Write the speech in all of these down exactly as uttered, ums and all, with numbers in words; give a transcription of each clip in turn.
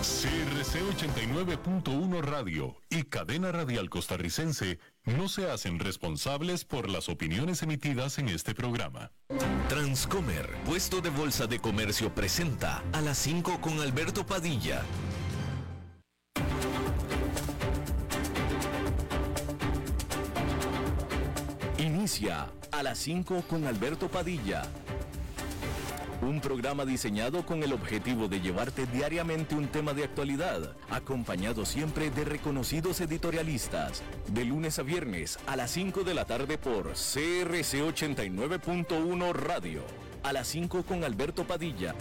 C R C ochenta y nueve punto uno Radio y Cadena Radial Costarricense no se hacen responsables por las opiniones emitidas en este programa. Transcomer, puesto de bolsa de comercio, presenta a las cinco con Alberto Padilla. Inicia a las cinco con Alberto Padilla. Un programa diseñado con el objetivo de llevarte diariamente un tema de actualidad, acompañado siempre de reconocidos editorialistas, de lunes a viernes a las cinco de la tarde por C R C ochenta y nueve punto uno Radio. A las cinco con Alberto Padilla.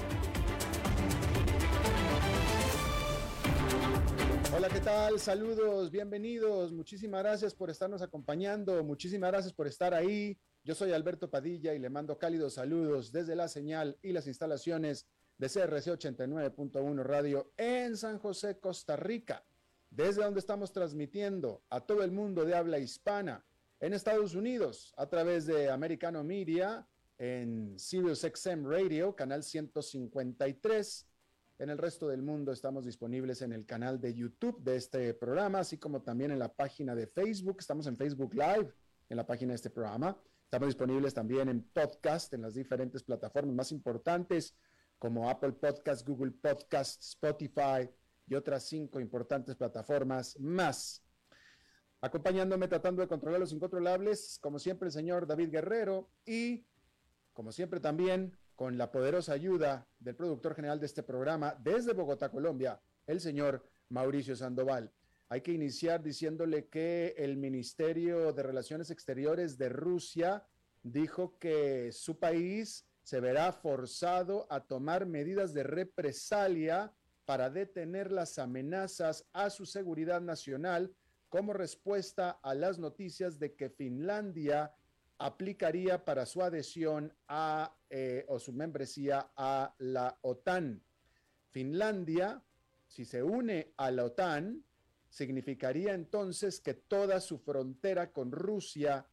Hola, ¿qué tal? Saludos, bienvenidos. Muchísimas gracias por estarnos acompañando. Muchísimas gracias por estar ahí. Yo soy Alberto Padilla y le mando cálidos saludos desde la señal y las instalaciones de C R C ochenta y nueve punto uno Radio en San José, Costa Rica, desde donde estamos transmitiendo a todo el mundo de habla hispana en Estados Unidos a través de Americano Media, en Sirius X M Radio, canal ciento cincuenta y tres. En el resto del mundo estamos disponibles en el canal de YouTube de este programa, así como también en la página de Facebook. Estamos en Facebook Live, en la página de este programa. Estamos disponibles también en podcast, en las diferentes plataformas más importantes, como Apple Podcast, Google Podcast, Spotify y otras cinco importantes plataformas más. Acompañándome, tratando de controlar los incontrolables, como siempre, el señor David Guerrero y, como siempre también, con la poderosa ayuda del productor general de este programa desde Bogotá, Colombia, el señor Mauricio Sandoval. Hay que iniciar diciéndole que el Ministerio de Relaciones Exteriores de Rusia dijo que su país se verá forzado a tomar medidas de represalia para detener las amenazas a su seguridad nacional como respuesta a las noticias de que Finlandia aplicaría para su adhesión a eh, o su membresía a la OTAN. Finlandia, si se une a la OTAN, significaría entonces que toda su frontera con Rusia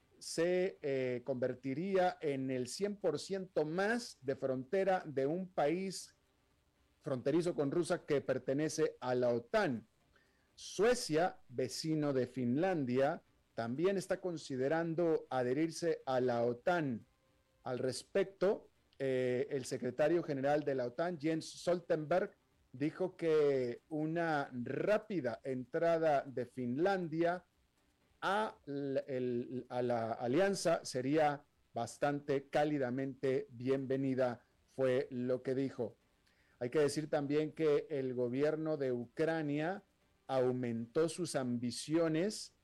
se eh, convertiría en el cien por ciento más de frontera de un país fronterizo con Rusia que pertenece a la OTAN. Suecia, vecino de Finlandia, también está considerando adherirse a la OTAN. Al respecto, eh, el secretario general de la OTAN, Jens Stoltenberg, dijo que una rápida entrada de Finlandia a, el, a la alianza sería bastante cálidamente bienvenida, fue lo que dijo. Hay que decir también que el gobierno de Ucrania aumentó sus ambiciones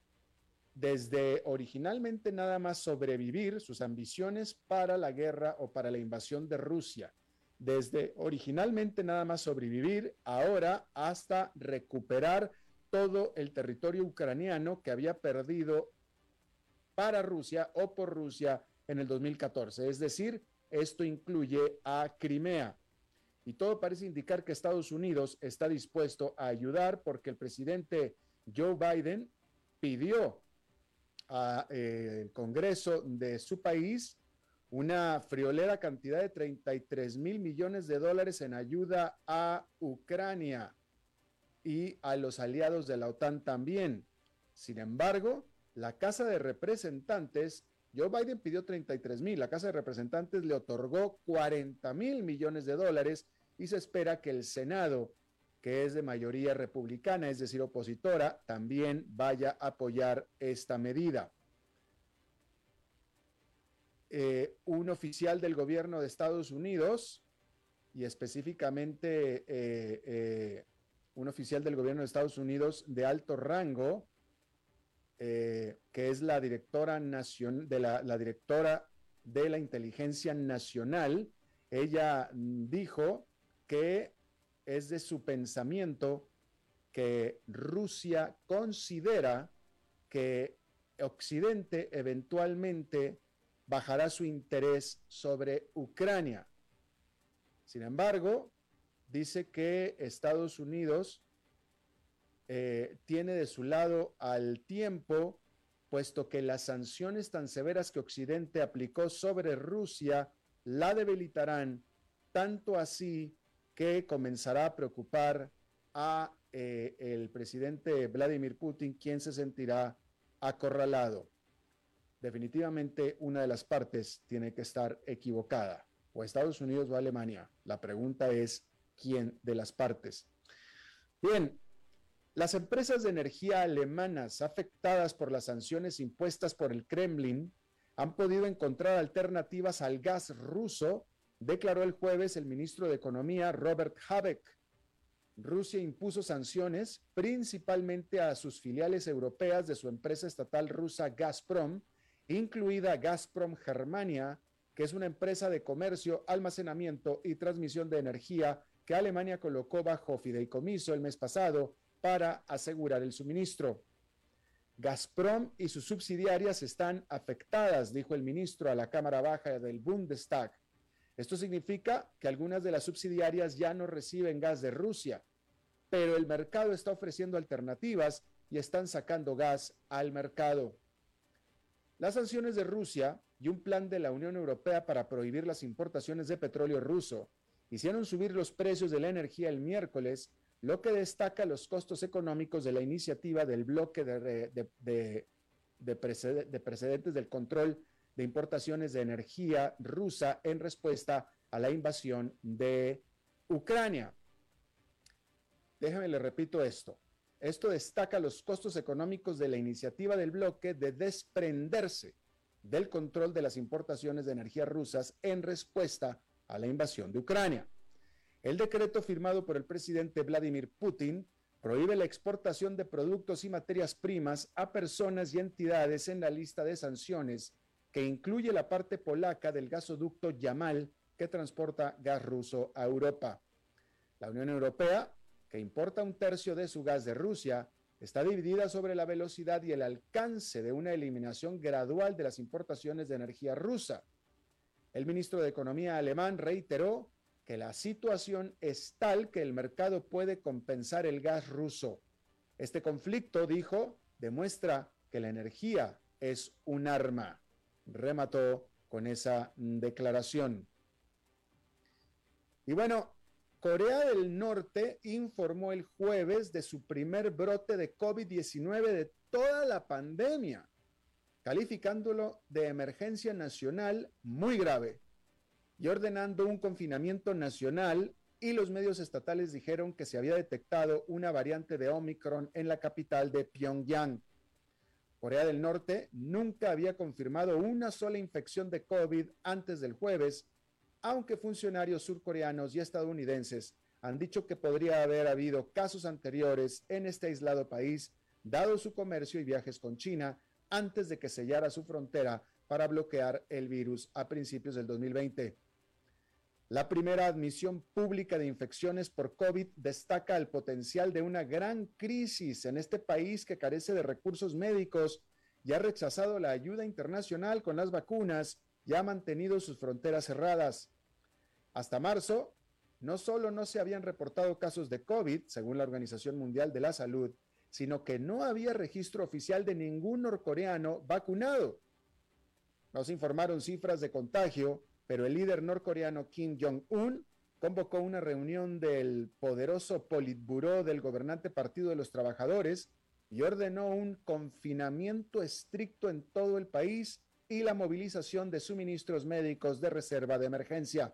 desde originalmente nada más sobrevivir, sus ambiciones para la guerra o para la invasión de Rusia. Desde originalmente nada más sobrevivir, ahora hasta recuperar todo el territorio ucraniano que había perdido para Rusia o por Rusia en el dos mil catorce. Es decir, esto incluye a Crimea. Y todo parece indicar que Estados Unidos está dispuesto a ayudar porque el presidente Joe Biden pidió al eh, Congreso de su país una friolera cantidad de treinta y tres mil millones de dólares en ayuda a Ucrania y a los aliados de la OTAN también. Sin embargo, la Casa de Representantes, Joe Biden pidió treinta y tres mil, la Casa de Representantes le otorgó cuarenta mil millones de dólares y se espera que el Senado, que es de mayoría republicana, es decir, opositora, también vaya a apoyar esta medida. Eh, un oficial del gobierno de Estados Unidos, y específicamente eh, eh, un oficial del gobierno de Estados Unidos de alto rango, eh, que es la directora, nacion- de la, la directora de la Inteligencia Nacional, ella dijo que es de su pensamiento que Rusia considera que Occidente eventualmente bajará su interés sobre Ucrania. Sin embargo, dice que Estados Unidos eh, tiene de su lado al tiempo, puesto que las sanciones tan severas que Occidente aplicó sobre Rusia la debilitarán, tanto así que comenzará a preocupar a eh, el presidente Vladimir Putin, quien se sentirá acorralado. Definitivamente una de las partes tiene que estar equivocada, o Estados Unidos o Alemania. La pregunta es, ¿quién de las partes? Bien, las empresas de energía alemanas afectadas por las sanciones impuestas por el Kremlin han podido encontrar alternativas al gas ruso, declaró el jueves el ministro de Economía Robert Habeck. Rusia impuso sanciones principalmente a sus filiales europeas de su empresa estatal rusa Gazprom, incluida Gazprom Germania, que es una empresa de comercio, almacenamiento y transmisión de energía que Alemania colocó bajo fideicomiso el mes pasado para asegurar el suministro. Gazprom y sus subsidiarias están afectadas, dijo el ministro a la Cámara Baja del Bundestag. Esto significa que algunas de las subsidiarias ya no reciben gas de Rusia, pero el mercado está ofreciendo alternativas y están sacando gas al mercado. Las sanciones de Rusia y un plan de la Unión Europea para prohibir las importaciones de petróleo ruso hicieron subir los precios de la energía el miércoles, lo que destaca los costos económicos de la iniciativa del bloque de, de, de, de, preced, de precedentes del control de importaciones de energía rusa en respuesta a la invasión de Ucrania. Déjame le repito esto. Esto destaca los costos económicos de la iniciativa del bloque de desprenderse del control de las importaciones de energía rusas en respuesta a la invasión de Ucrania. El decreto firmado por el presidente Vladimir Putin prohíbe la exportación de productos y materias primas a personas y entidades en la lista de sanciones que incluye la parte polaca del gasoducto Yamal que transporta gas ruso a Europa. La Unión Europea, que importa un tercio de su gas de Rusia, está dividida sobre la velocidad y el alcance de una eliminación gradual de las importaciones de energía rusa. El ministro de Economía alemán reiteró que la situación es tal que el mercado puede compensar el gas ruso. Este conflicto, dijo, demuestra que la energía es un arma. Remató con esa declaración. Y bueno, Corea del Norte informó el jueves de su primer brote de COVID diecinueve de toda la pandemia, calificándolo de emergencia nacional muy grave y ordenando un confinamiento nacional, y los medios estatales dijeron que se había detectado una variante de Omicron en la capital de Pyongyang. Corea del Norte nunca había confirmado una sola infección de COVID antes del jueves, aunque funcionarios surcoreanos y estadounidenses han dicho que podría haber habido casos anteriores en este aislado país, dado su comercio y viajes con China, antes de que sellara su frontera para bloquear el virus a principios del dos mil veinte. La primera admisión pública de infecciones por COVID destaca el potencial de una gran crisis en este país que carece de recursos médicos y ha rechazado la ayuda internacional con las vacunas y ha mantenido sus fronteras cerradas. Hasta marzo, no solo no se habían reportado casos de COVID, según la Organización Mundial de la Salud, sino que no había registro oficial de ningún norcoreano vacunado. No se informaron cifras de contagio, pero el líder norcoreano Kim Jong-un convocó una reunión del poderoso Politburó del gobernante Partido de los Trabajadores y ordenó un confinamiento estricto en todo el país y la movilización de suministros médicos de reserva de emergencia.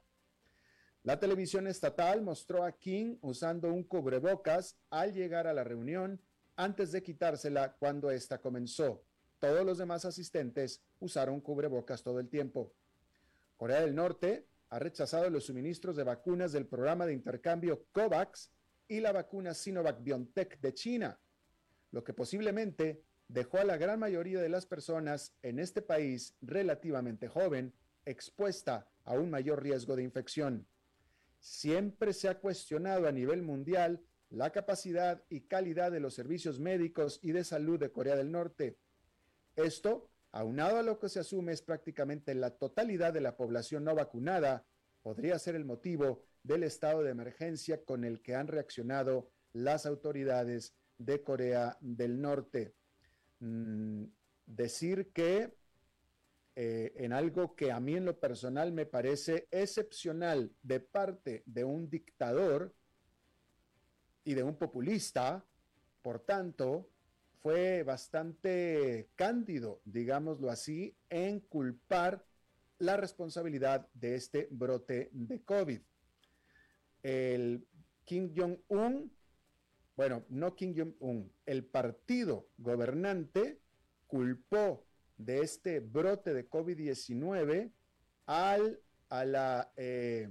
La televisión estatal mostró a Kim usando un cubrebocas al llegar a la reunión antes de quitársela cuando ésta comenzó. Todos los demás asistentes usaron cubrebocas todo el tiempo. Corea del Norte ha rechazado los suministros de vacunas del programa de intercambio COVAX y la vacuna Sinovac-BioNTech de China, lo que posiblemente dejó a la gran mayoría de las personas en este país relativamente joven expuesta a un mayor riesgo de infección. Siempre se ha cuestionado a nivel mundial la capacidad y calidad de los servicios médicos y de salud de Corea del Norte. Esto, aunado a lo que se asume es prácticamente la totalidad de la población no vacunada, podría ser el motivo del estado de emergencia con el que han reaccionado las autoridades de Corea del Norte. Mm, decir que eh, en algo que a mí en lo personal me parece excepcional de parte de un dictador y de un populista. Por tanto, fue bastante cándido, digámoslo así, en culpar la responsabilidad de este brote de COVID. El Kim Jong-un, bueno, no Kim Jong-un, el partido gobernante culpó de este brote de COVID diecinueve al, a la, eh,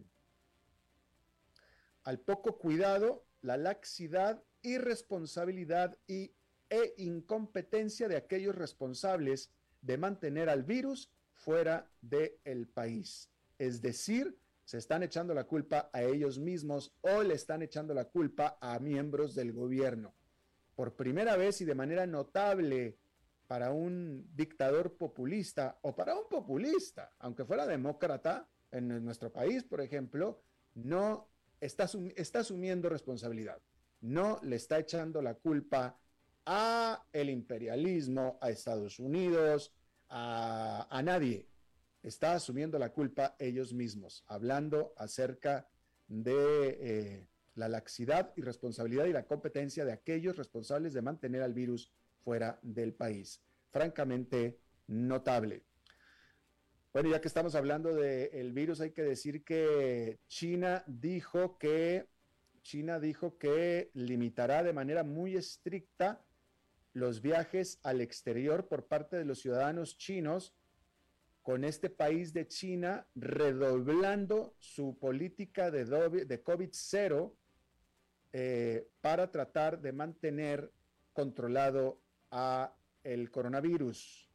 al poco cuidado, la laxidad, irresponsabilidad y, e incompetencia de aquellos responsables de mantener al virus fuera del país. Es decir, se están echando la culpa a ellos mismos o le están echando la culpa a miembros del gobierno. Por primera vez y de manera notable para un dictador populista o para un populista, aunque fuera demócrata en nuestro país, por ejemplo, no está, está asumiendo responsabilidad. No le está echando la culpa a el imperialismo, a Estados Unidos, a, a nadie. Está asumiendo la culpa ellos mismos, hablando acerca de eh, la laxidad y responsabilidad y la competencia de aquellos responsables de mantener al virus fuera del país. Francamente notable. Bueno, ya que estamos hablando del virus, hay que decir que China dijo que China dijo que limitará de manera muy estricta los viajes al exterior por parte de los ciudadanos chinos, con este país de China redoblando su política de, de COVID cero eh, para tratar de mantener controlado a el coronavirus.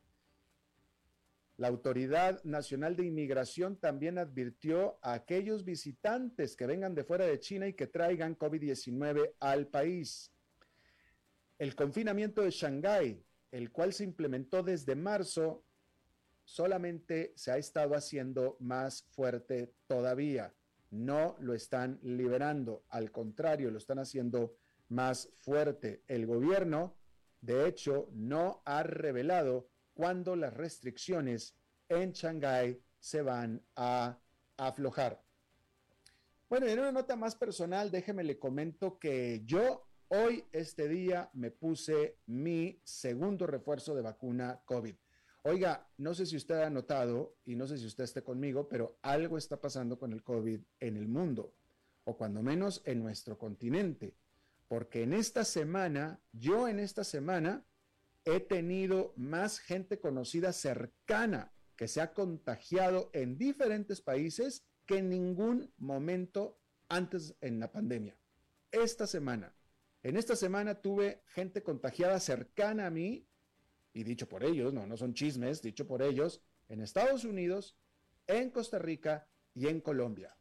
La Autoridad Nacional de Inmigración también advirtió a aquellos visitantes que vengan de fuera de China y que traigan COVID diecinueve al país. El confinamiento de Shanghái, el cual se implementó desde marzo, solamente se ha estado haciendo más fuerte todavía. No lo están liberando, al contrario, lo están haciendo más fuerte. El gobierno, de hecho, no ha revelado cuándo las restricciones en Shanghái se van a aflojar. Bueno, y en una nota más personal, déjeme le comento que yo hoy, este día, me puse mi segundo refuerzo de vacuna COVID. Oiga, no sé si usted ha notado, y no sé si usted esté conmigo, pero algo está pasando con el COVID en el mundo, o cuando menos en nuestro continente, porque en esta semana, yo en esta semana, he tenido más gente conocida cercana que se ha contagiado en diferentes países que en ningún momento antes en la pandemia. Esta semana, en esta semana tuve gente contagiada cercana a mí, y dicho por ellos, no, no son chismes, dicho por ellos, en Estados Unidos, en Costa Rica y en Colombia.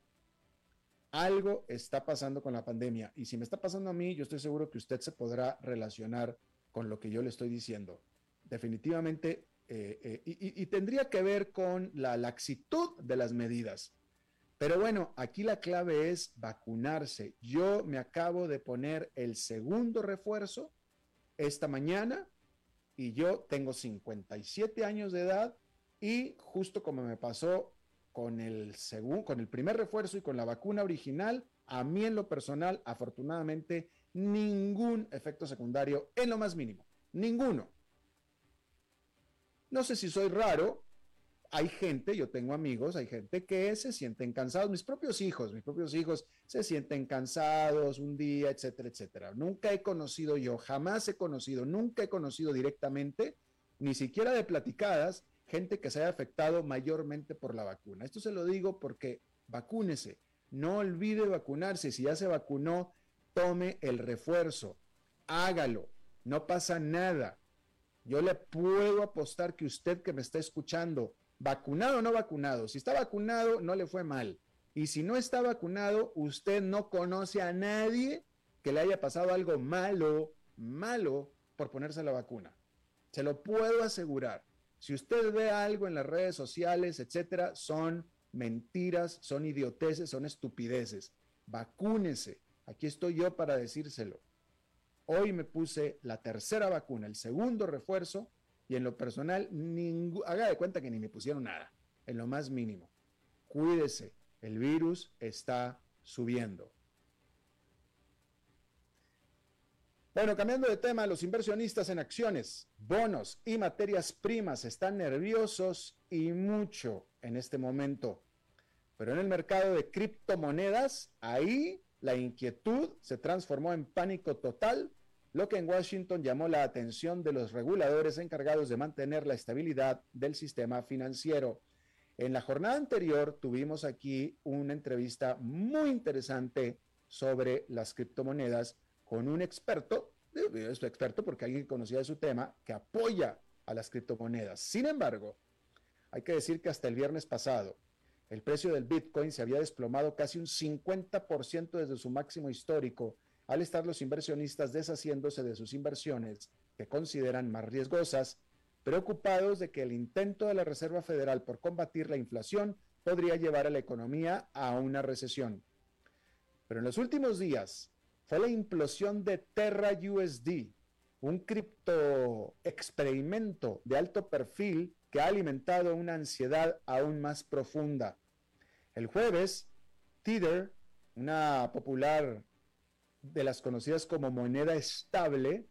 Algo está pasando con la pandemia, y si me está pasando a mí, yo estoy seguro que usted se podrá relacionar con lo que yo le estoy diciendo. Definitivamente, eh, eh, y, y tendría que ver con la laxitud de las medidas. Pero bueno, aquí la clave es vacunarse. Yo me acabo de poner el segundo refuerzo esta mañana, y yo tengo cincuenta y siete años de edad, y justo como me pasó con el, segun, con el primer refuerzo y con la vacuna original, a mí en lo personal, afortunadamente, ningún efecto secundario en lo más mínimo, ninguno. No sé si soy raro, hay gente, yo tengo amigos, hay gente que se sienten cansados, mis propios hijos, mis propios hijos se sienten cansados un día, etcétera, etcétera. Nunca he conocido yo, jamás he conocido, nunca he conocido directamente, ni siquiera de platicadas, gente que se haya afectado mayormente por la vacuna. Esto se lo digo porque vacúnese, no olvide vacunarse, si ya se vacunó, tome el refuerzo, hágalo, no pasa nada. Yo le puedo apostar que usted que me está escuchando, vacunado o no vacunado, si está vacunado no le fue mal, y si no está vacunado, usted no conoce a nadie que le haya pasado algo malo, malo por ponerse la vacuna. Se lo puedo asegurar. Si usted ve algo en las redes sociales, etcétera, son mentiras, son idioteces, son estupideces. Vacúnese. Aquí estoy yo para decírselo. Hoy me puse la tercera vacuna, el segundo refuerzo, Y en lo personal, ningú, haga de cuenta que ni me pusieron nada, en lo más mínimo. Cuídese, el virus está subiendo. Bueno, cambiando de tema, los inversionistas en acciones, bonos y materias primas están nerviosos y mucho en este momento. Pero en el mercado de criptomonedas, ahí la inquietud se transformó en pánico total, lo que en Washington llamó la atención de los reguladores encargados de mantener la estabilidad del sistema financiero. En la jornada anterior tuvimos aquí una entrevista muy interesante sobre las criptomonedas con un experto, es experto porque alguien conocía de su tema, que apoya a las criptomonedas. Sin embargo, hay que decir que hasta el viernes pasado, el precio del Bitcoin se había desplomado casi un cincuenta por ciento desde su máximo histórico, al estar los inversionistas deshaciéndose de sus inversiones que consideran más riesgosas, preocupados de que el intento de la Reserva Federal por combatir la inflación podría llevar a la economía a una recesión. Pero en los últimos días fue la implosión de Terra U S D, un cripto experimento de alto perfil que ha alimentado una ansiedad aún más profunda. El jueves, Tether, una popular de las conocidas como moneda estable,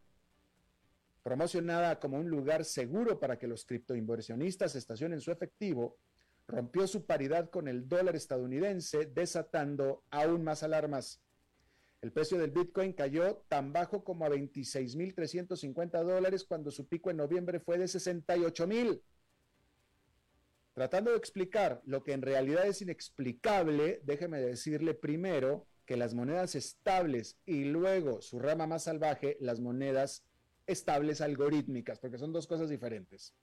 promocionada como un lugar seguro para que los criptoinversionistas estacionen su efectivo, rompió su paridad con el dólar estadounidense, desatando aún más alarmas. El precio del Bitcoin cayó tan bajo como a veintiséis mil trescientos cincuenta dólares cuando su pico en noviembre fue de sesenta y ocho mil. Tratando de explicar lo que en realidad es inexplicable, déjeme decirle primero que las monedas estables y luego su rama más salvaje, las monedas estables algorítmicas, porque son dos cosas diferentes.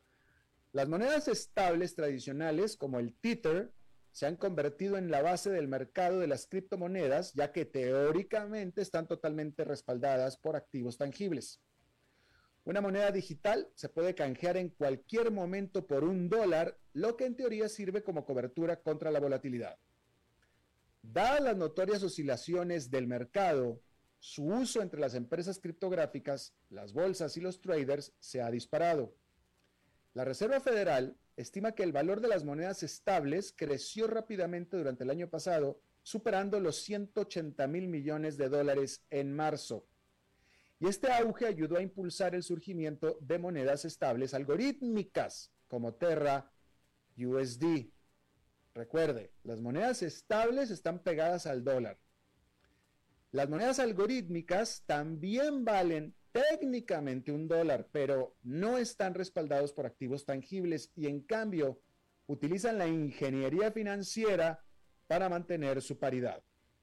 Las monedas estables tradicionales, como el Tether, se han convertido en la base del mercado de las criptomonedas, ya que teóricamente están totalmente respaldadas por activos tangibles. Una moneda digital se puede canjear en cualquier momento por un dólar, lo que en teoría sirve como cobertura contra la volatilidad. Dadas las notorias oscilaciones del mercado, su uso entre las empresas criptográficas, las bolsas y los traders se ha disparado. La Reserva Federal estima que el valor de las monedas estables creció rápidamente durante el año pasado, superando los ciento ochenta mil millones de dólares en marzo. Y este auge ayudó a impulsar el surgimiento de monedas estables algorítmicas como Terra U S D. Recuerde, las monedas estables están pegadas al dólar. Las monedas algorítmicas también valen técnicamente un dólar, pero no están respaldados por activos tangibles y en cambio utilizan la ingeniería financiera para mantener su paridad.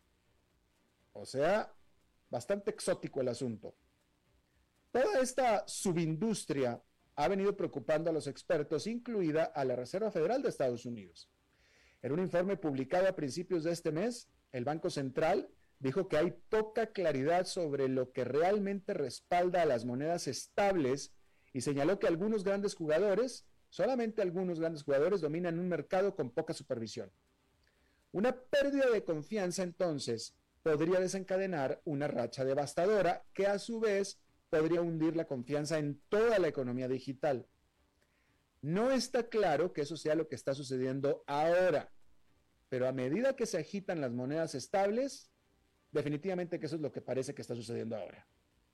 O sea, bastante exótico el asunto. Toda esta subindustria ha venido preocupando a los expertos, incluida a la Reserva Federal de Estados Unidos. En un informe publicado a principios de este mes, el Banco Central dijo que hay poca claridad sobre lo que realmente respalda a las monedas estables y señaló que algunos grandes jugadores, solamente algunos grandes jugadores, dominan un mercado con poca supervisión. Una pérdida de confianza, entonces, podría desencadenar una racha devastadora que a su vez podría hundir la confianza en toda la economía digital. No está claro que eso sea lo que está sucediendo ahora, pero a medida que se agitan las monedas estables, definitivamente que eso es lo que parece que está sucediendo ahora.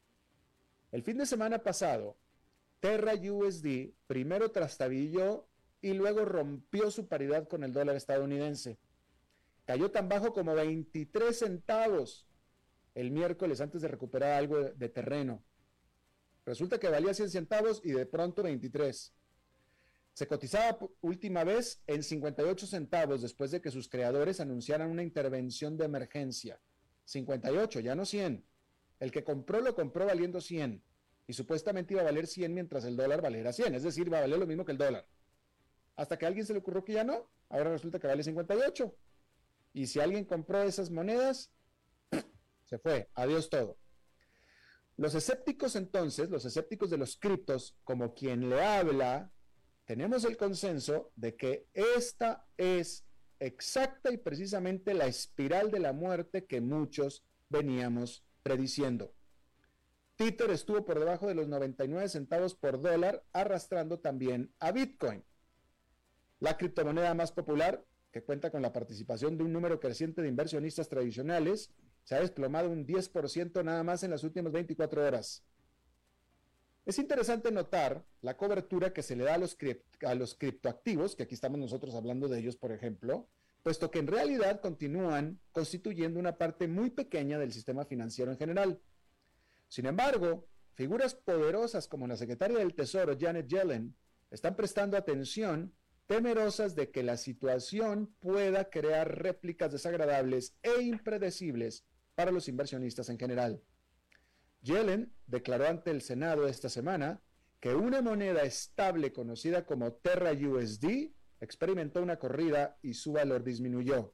El fin de semana pasado, Terra U S D primero trastabilló y luego rompió su paridad con el dólar estadounidense. Cayó tan bajo como veintitrés centavos el miércoles antes de recuperar algo de, de terreno. Resulta que valía cien centavos y de pronto veintitrés. Se cotizaba última vez en cincuenta y ocho centavos después de que sus creadores anunciaran una intervención de emergencia. cincuenta y ocho, ya no cien. El que compró lo compró valiendo cien y supuestamente iba a valer cien mientras el dólar valiera cien, es decir, va a valer lo mismo que el dólar. Hasta que a alguien se le ocurrió que ya no, ahora resulta que vale cincuenta y ocho. Y si alguien compró esas monedas, se fue, adiós todo. Los escépticos entonces, los escépticos de los criptos, como quien le habla, tenemos el consenso de que esta es exacta y precisamente la espiral de la muerte que muchos veníamos prediciendo. Tether estuvo por debajo de los noventa y nueve centavos por dólar, arrastrando también a Bitcoin. La criptomoneda más popular, que cuenta con la participación de un número creciente de inversionistas tradicionales, se ha desplomado un diez por ciento nada más en las últimas veinticuatro horas. Es interesante notar la cobertura que se le da a los, cript- a los criptoactivos, que aquí estamos nosotros hablando de ellos, por ejemplo, puesto que en realidad continúan constituyendo una parte muy pequeña del sistema financiero en general. Sin embargo, figuras poderosas como la secretaria del Tesoro, Janet Yellen, están prestando atención, temerosas de que la situación pueda crear réplicas desagradables e impredecibles para los inversionistas en general. Yellen declaró ante el Senado esta semana que una moneda estable conocida como Terra U S D experimentó una corrida y su valor disminuyó.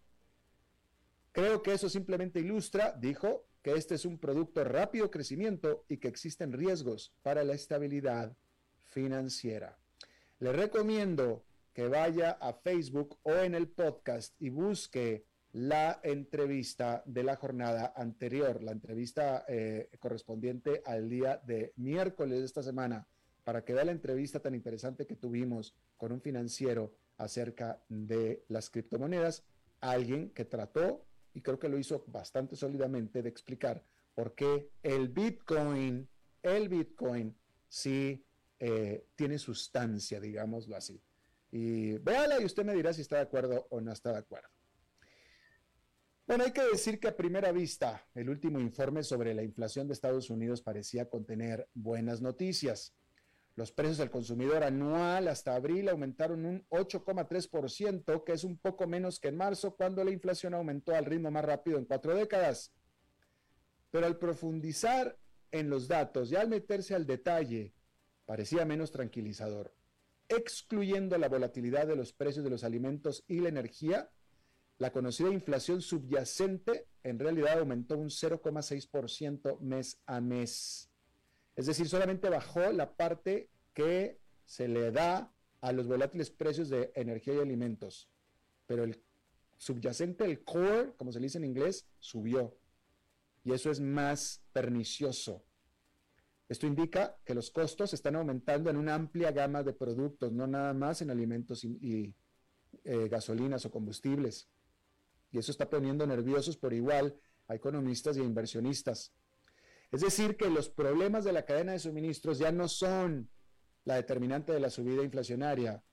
Creo que eso simplemente ilustra, dijo, que este es un producto de rápido crecimiento y que existen riesgos para la estabilidad financiera. Le recomiendo que vaya a Facebook o en el podcast y busque la entrevista de la jornada anterior, la entrevista eh, correspondiente al día de miércoles de esta semana, para que vea la entrevista tan interesante que tuvimos con un financiero acerca de las criptomonedas, alguien que trató, y creo que lo hizo bastante sólidamente, de explicar por qué el Bitcoin, el Bitcoin sí eh, tiene sustancia, digámoslo así. Y véala y usted me dirá si está de acuerdo o no está de acuerdo. Bueno, hay que decir que a primera vista, el último informe sobre la inflación de Estados Unidos parecía contener buenas noticias. Los precios al consumidor anual hasta abril aumentaron un ocho coma tres por ciento, que es un poco menos que en marzo, cuando la inflación aumentó al ritmo más rápido en cuatro décadas. Pero al profundizar en los datos y al meterse al detalle, parecía menos tranquilizador. Excluyendo la volatilidad de los precios de los alimentos y la energía, la conocida inflación subyacente en realidad aumentó un cero coma seis por ciento mes a mes. Es decir, solamente bajó la parte que se le da a los volátiles precios de energía y alimentos. Pero el subyacente, el core, como se le dice en inglés, subió. Y eso es más pernicioso. Esto indica que los costos están aumentando en una amplia gama de productos, no nada más en alimentos y, y eh, gasolinas o combustibles. Y eso está poniendo nerviosos por igual a economistas y a inversionistas. Es decir, que los problemas de la cadena de suministros ya no son la determinante de la subida inflacionaria,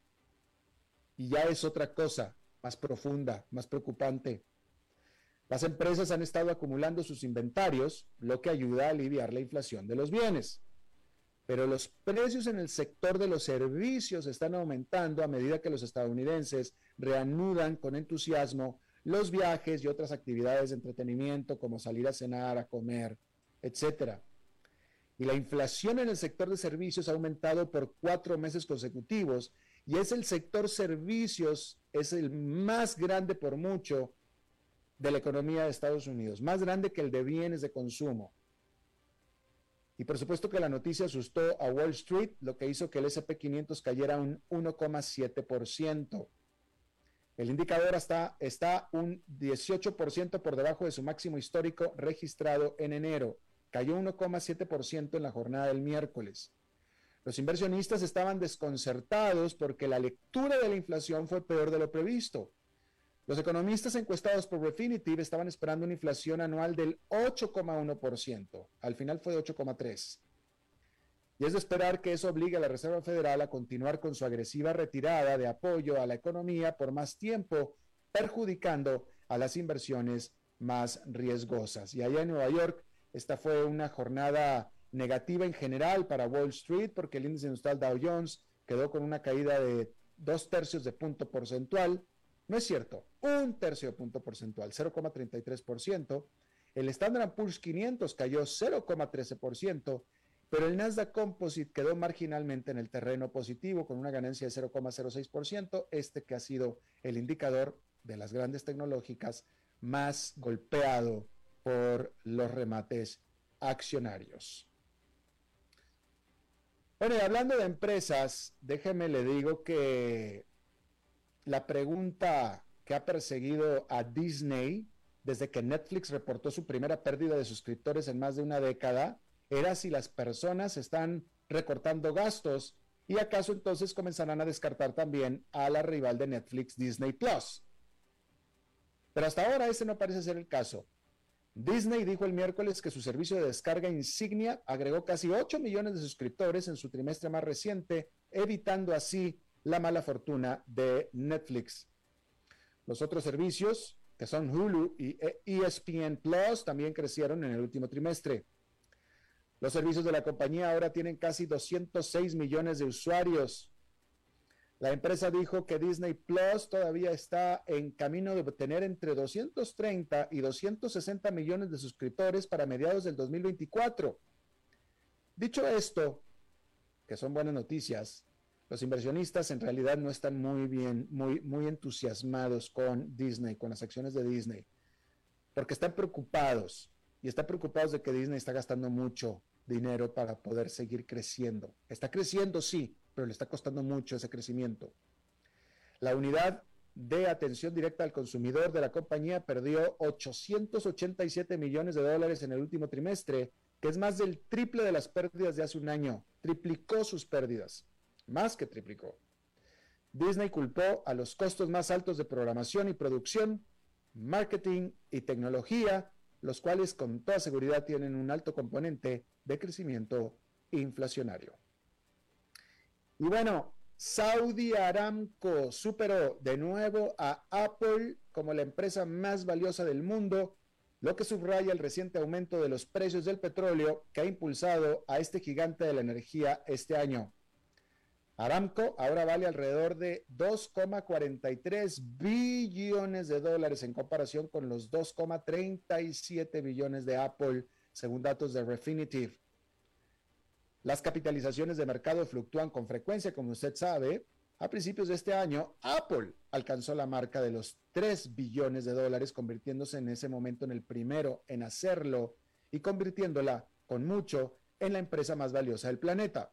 y ya es otra cosa, más profunda, más preocupante. Las empresas han estado acumulando sus inventarios, lo que ayuda a aliviar la inflación de los bienes. Pero los precios en el sector de los servicios están aumentando a medida que los estadounidenses reanudan con entusiasmo los viajes y otras actividades de entretenimiento, como salir a cenar, a comer, etcétera. Y la inflación en el sector de servicios ha aumentado por cuatro meses consecutivos, y es el sector servicios, es el más grande por mucho de la economía de Estados Unidos, más grande que el de bienes de consumo. Y por supuesto que la noticia asustó a Wall Street, lo que hizo que el ese and pe quinientos cayera un uno coma siete por ciento. El indicador está, está un dieciocho por ciento por debajo de su máximo histórico registrado en enero. Cayó uno coma siete por ciento en la jornada del miércoles. Los inversionistas estaban desconcertados porque la lectura de la inflación fue peor de lo previsto. Los economistas encuestados por Refinitiv estaban esperando una inflación anual del ocho coma uno por ciento. Al final fue de ocho coma tres por ciento. Y es de esperar que eso obligue a la Reserva Federal a continuar con su agresiva retirada de apoyo a la economía por más tiempo, perjudicando a las inversiones más riesgosas. Y allá en Nueva York, esta fue una jornada negativa en general para Wall Street, porque el índice industrial Dow Jones quedó con una caída de dos tercios de punto porcentual. No es cierto, un tercio de punto porcentual, cero coma treinta y tres por ciento. El Standard and Poor's quinientos cayó cero coma trece por ciento, pero el Nasdaq Composite quedó marginalmente en el terreno positivo con una ganancia de cero coma cero seis por ciento, este que ha sido el indicador de las grandes tecnológicas más golpeado por los remates accionarios. Bueno, y hablando de empresas, déjeme le digo que la pregunta que ha perseguido a Disney desde que Netflix reportó su primera pérdida de suscriptores en más de una década era si las personas están recortando gastos y acaso entonces comenzarán a descartar también a la rival de Netflix, Disney Plus. Pero hasta ahora ese no parece ser el caso. Disney dijo el miércoles que su servicio de descarga insignia agregó casi ocho millones de suscriptores en su trimestre más reciente, evitando así la mala fortuna de Netflix. Los otros servicios, que son Hulu y E S P N Plus, también crecieron en el último trimestre. Los servicios de la compañía ahora tienen casi doscientos seis millones de usuarios. La empresa dijo que Disney Plus todavía está en camino de obtener entre doscientos treinta y doscientos sesenta millones de suscriptores para mediados del dos mil veinticuatro. Dicho esto, que son buenas noticias, los inversionistas en realidad no están muy bien, muy, muy entusiasmados con Disney, con las acciones de Disney, porque están preocupados, y están preocupados de que Disney está gastando mucho dinero para poder seguir creciendo. Está creciendo, sí, pero le está costando mucho ese crecimiento. La unidad de atención directa al consumidor de la compañía perdió ochocientos ochenta y siete millones de dólares en el último trimestre, que es más del triple de las pérdidas de hace un año. Triplicó sus pérdidas, más que triplicó. Disney culpó a los costos más altos de programación y producción, marketing y tecnología, los cuales con toda seguridad tienen un alto componente de crecimiento inflacionario. Y bueno, Saudi Aramco superó de nuevo a Apple como la empresa más valiosa del mundo, lo que subraya el reciente aumento de los precios del petróleo que ha impulsado a este gigante de la energía este año. Aramco ahora vale alrededor de dos coma cuarenta y tres billones de dólares en comparación con los dos coma treinta y siete billones de Apple, según datos de Refinitiv. Las capitalizaciones de mercado fluctúan con frecuencia, como usted sabe. A principios de este año, Apple alcanzó la marca de los tres billones de dólares, convirtiéndose en ese momento en el primero en hacerlo y convirtiéndola con mucho en la empresa más valiosa del planeta.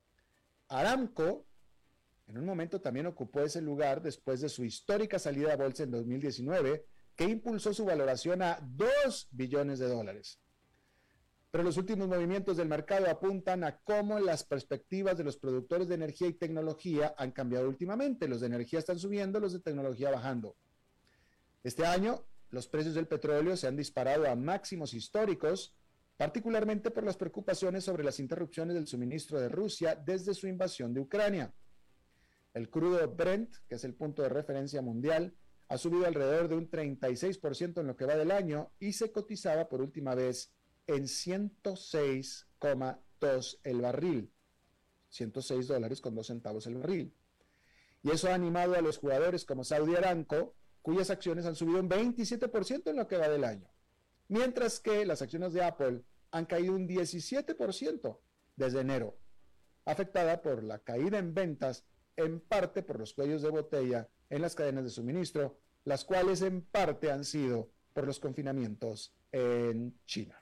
Aramco, en un momento también ocupó ese lugar después de su histórica salida a bolsa en dos mil diecinueve, que impulsó su valoración a dos billones de dólares. Pero los últimos movimientos del mercado apuntan a cómo las perspectivas de los productores de energía y tecnología han cambiado últimamente. Los de energía están subiendo, los de tecnología bajando. Este año, los precios del petróleo se han disparado a máximos históricos, particularmente por las preocupaciones sobre las interrupciones del suministro de Rusia desde su invasión de Ucrania. El crudo Brent, que es el punto de referencia mundial, ha subido alrededor de un treinta y seis por ciento en lo que va del año y se cotizaba por última vez en ciento seis coma dos el barril, ciento seis dólares con dos centavos el barril. Y eso ha animado a los jugadores como Saudi Aramco, cuyas acciones han subido un veintisiete por ciento en lo que va del año, mientras que las acciones de Apple han caído un diecisiete por ciento desde enero, afectada por la caída en ventas, en parte por los cuellos de botella en las cadenas de suministro, las cuales en parte han sido por los confinamientos en China.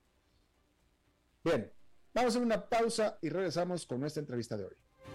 Bien, vamos a hacer una pausa y regresamos con nuestra entrevista de hoy.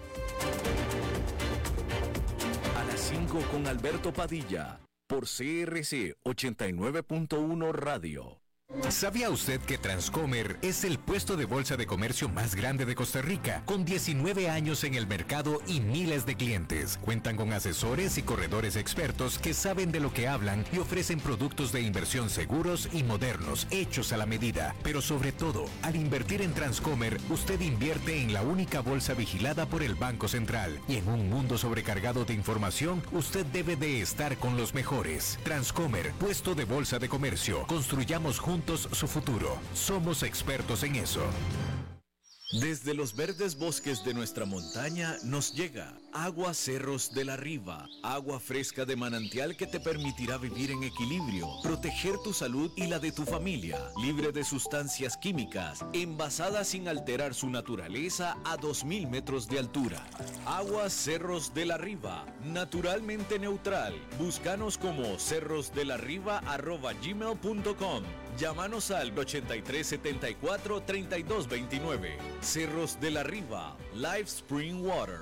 A las cinco con Alberto Padilla, por C R C ochenta y nueve punto uno Radio. ¿Sabía usted que Transcomer es el puesto de bolsa de comercio más grande de Costa Rica, con diecinueve años en el mercado y miles de clientes? Cuentan con asesores y corredores expertos que saben de lo que hablan y ofrecen productos de inversión seguros y modernos, hechos a la medida. Pero sobre todo, al invertir en Transcomer, usted invierte en la única bolsa vigilada por el Banco Central. Y en un mundo sobrecargado de información, usted debe de estar con los mejores. Transcomer, puesto de bolsa de comercio. Construyamos juntos su futuro. Somos expertos en eso. Desde los verdes bosques de nuestra montaña nos llega Agua Cerros de la Riva, agua fresca de manantial que te permitirá vivir en equilibrio, proteger tu salud y la de tu familia, libre de sustancias químicas, envasada sin alterar su naturaleza a dos mil metros de altura. Agua Cerros de la Riva, naturalmente neutral. Búscanos como cerrosdelarriba arroba gmail punto com. Llámanos al ochenta y tres setenta y cuatro treinta y dos veintinueve. Cerros de la Riva, Live Spring Water.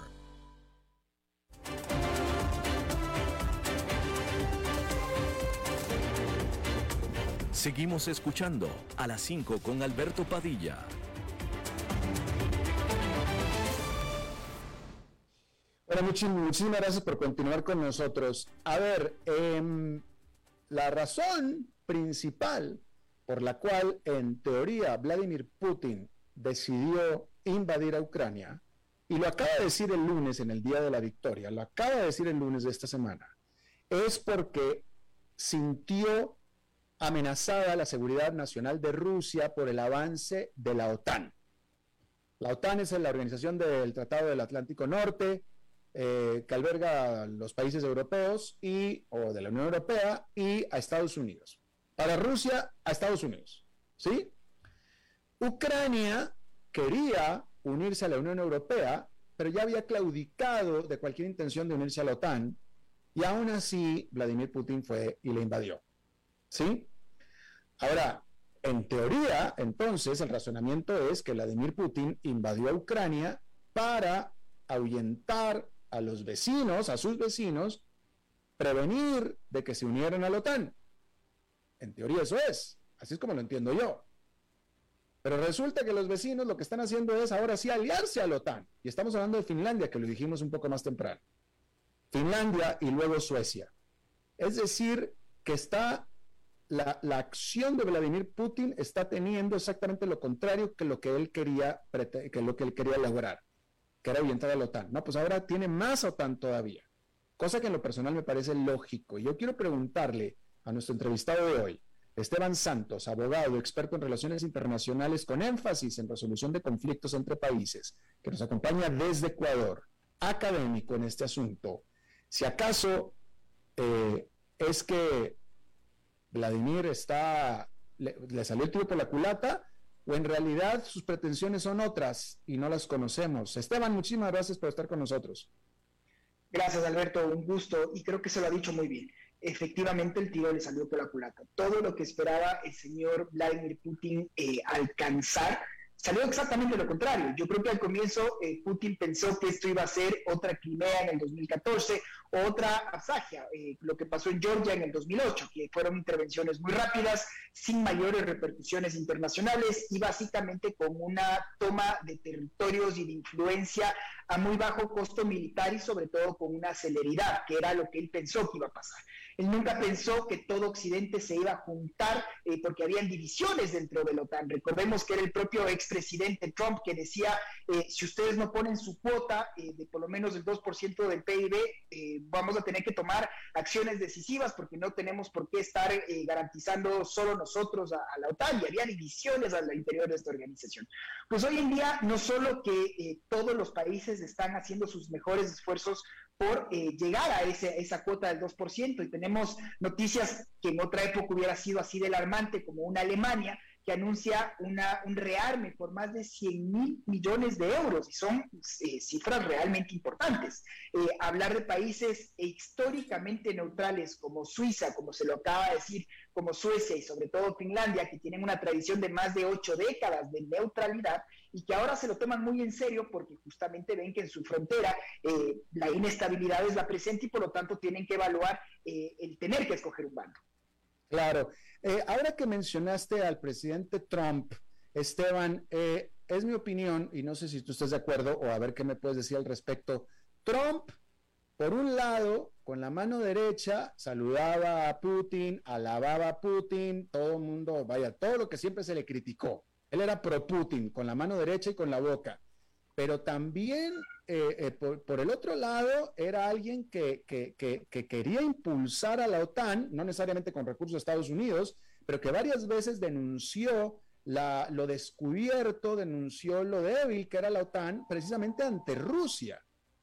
Seguimos escuchando a las cinco con Alberto Padilla. Bueno, muchísimas, muchísimas gracias por continuar con nosotros. A ver, eh, la razón principal por la cual, en teoría, Vladimir Putin decidió invadir a Ucrania, y lo acaba de decir el lunes, en el Día de la Victoria, lo acaba de decir el lunes de esta semana, es porque sintió amenazada la seguridad nacional de Rusia por el avance de la OTAN. La OTAN es la organización del Tratado del Atlántico Norte, eh, que alberga a los países europeos y, o de la Unión Europea y a Estados Unidos. Para Rusia, a Estados Unidos, ¿sí? Ucrania quería unirse a la Unión Europea, pero ya había claudicado de cualquier intención de unirse a la OTAN, y aún así Vladimir Putin fue y le invadió, ¿sí? Ahora, en teoría, entonces, el razonamiento es que Vladimir Putin invadió a Ucrania para ahuyentar a los vecinos, a sus vecinos, prevenir de que se unieran a la OTAN. En teoría eso es, así es como lo entiendo yo. Pero resulta que los vecinos lo que están haciendo es ahora sí aliarse a la OTAN. Y estamos hablando de Finlandia, que lo dijimos un poco más temprano. Finlandia y luego Suecia. Es decir, que está la, la acción de Vladimir Putin está teniendo exactamente lo contrario que lo que él quería, que lo que él quería lograr, que era ahuyentar a la OTAN. No, pues ahora tiene más OTAN todavía, cosa que en lo personal me parece lógico. Y yo quiero preguntarle a nuestro entrevistado de hoy, Esteban Santos, abogado, experto en relaciones internacionales con énfasis en resolución de conflictos entre países, que nos acompaña desde Ecuador, académico en este asunto. Si acaso eh, es que Vladimir está, le, le salió el tiro por la culata, o en realidad sus pretensiones son otras y no las conocemos. Esteban, muchísimas gracias por estar con nosotros. Gracias, Alberto, un gusto, y creo que se lo ha dicho muy bien. Efectivamente, el tiro le salió por la culata. Todo lo que esperaba el señor Vladimir Putin eh, alcanzar salió exactamente lo contrario. Yo creo que al comienzo eh, Putin pensó que esto iba a ser otra Crimea en el dos mil catorce, otra Abjasia, eh, lo que pasó en Georgia en el dos mil ocho, que fueron intervenciones muy rápidas, sin mayores repercusiones internacionales y básicamente con una toma de territorios y de influencia a muy bajo costo militar y sobre todo con una celeridad, que era lo que él pensó que iba a pasar. Él nunca pensó que todo Occidente se iba a juntar eh, porque habían divisiones dentro de la OTAN. Recordemos que era el propio expresidente Trump que decía, eh, si ustedes no ponen su cuota eh, de por lo menos el dos por ciento del P I B, eh, vamos a tener que tomar acciones decisivas porque no tenemos por qué estar eh, garantizando solo nosotros a, a la OTAN, y había divisiones al interior de esta organización. Pues hoy en día no solo que eh, todos los países están haciendo sus mejores esfuerzos por eh, llegar a ese, esa cuota del dos por ciento, y tenemos noticias que en otra época hubiera sido así de alarmante, como una Alemania que anuncia una, un rearme por más de cien mil millones de euros, y son eh, cifras realmente importantes. Eh, hablar de países históricamente neutrales como Suiza, como se lo acaba de decir, como Suecia y sobre todo Finlandia, que tienen una tradición de más de ocho décadas de neutralidad, y que ahora se lo toman muy en serio porque justamente ven que en su frontera eh, la inestabilidad es la presente y por lo tanto tienen que evaluar eh, el tener que escoger un bando. Claro. Eh, ahora que mencionaste al presidente Trump, Esteban, eh, es mi opinión, y no sé si tú estás de acuerdo o a ver qué me puedes decir al respecto. Trump, por un lado, con la mano derecha, saludaba a Putin, alababa a Putin, todo el mundo, vaya, todo lo que siempre se le criticó. Él era pro-Putin, con la mano derecha y con la boca. Pero también, eh, eh, por, por el otro lado, era alguien que, que, que, que quería impulsar a la OTAN, no necesariamente con recursos de Estados Unidos, pero que varias veces denunció la, lo descubierto, denunció lo débil que era la OTAN, precisamente ante Rusia.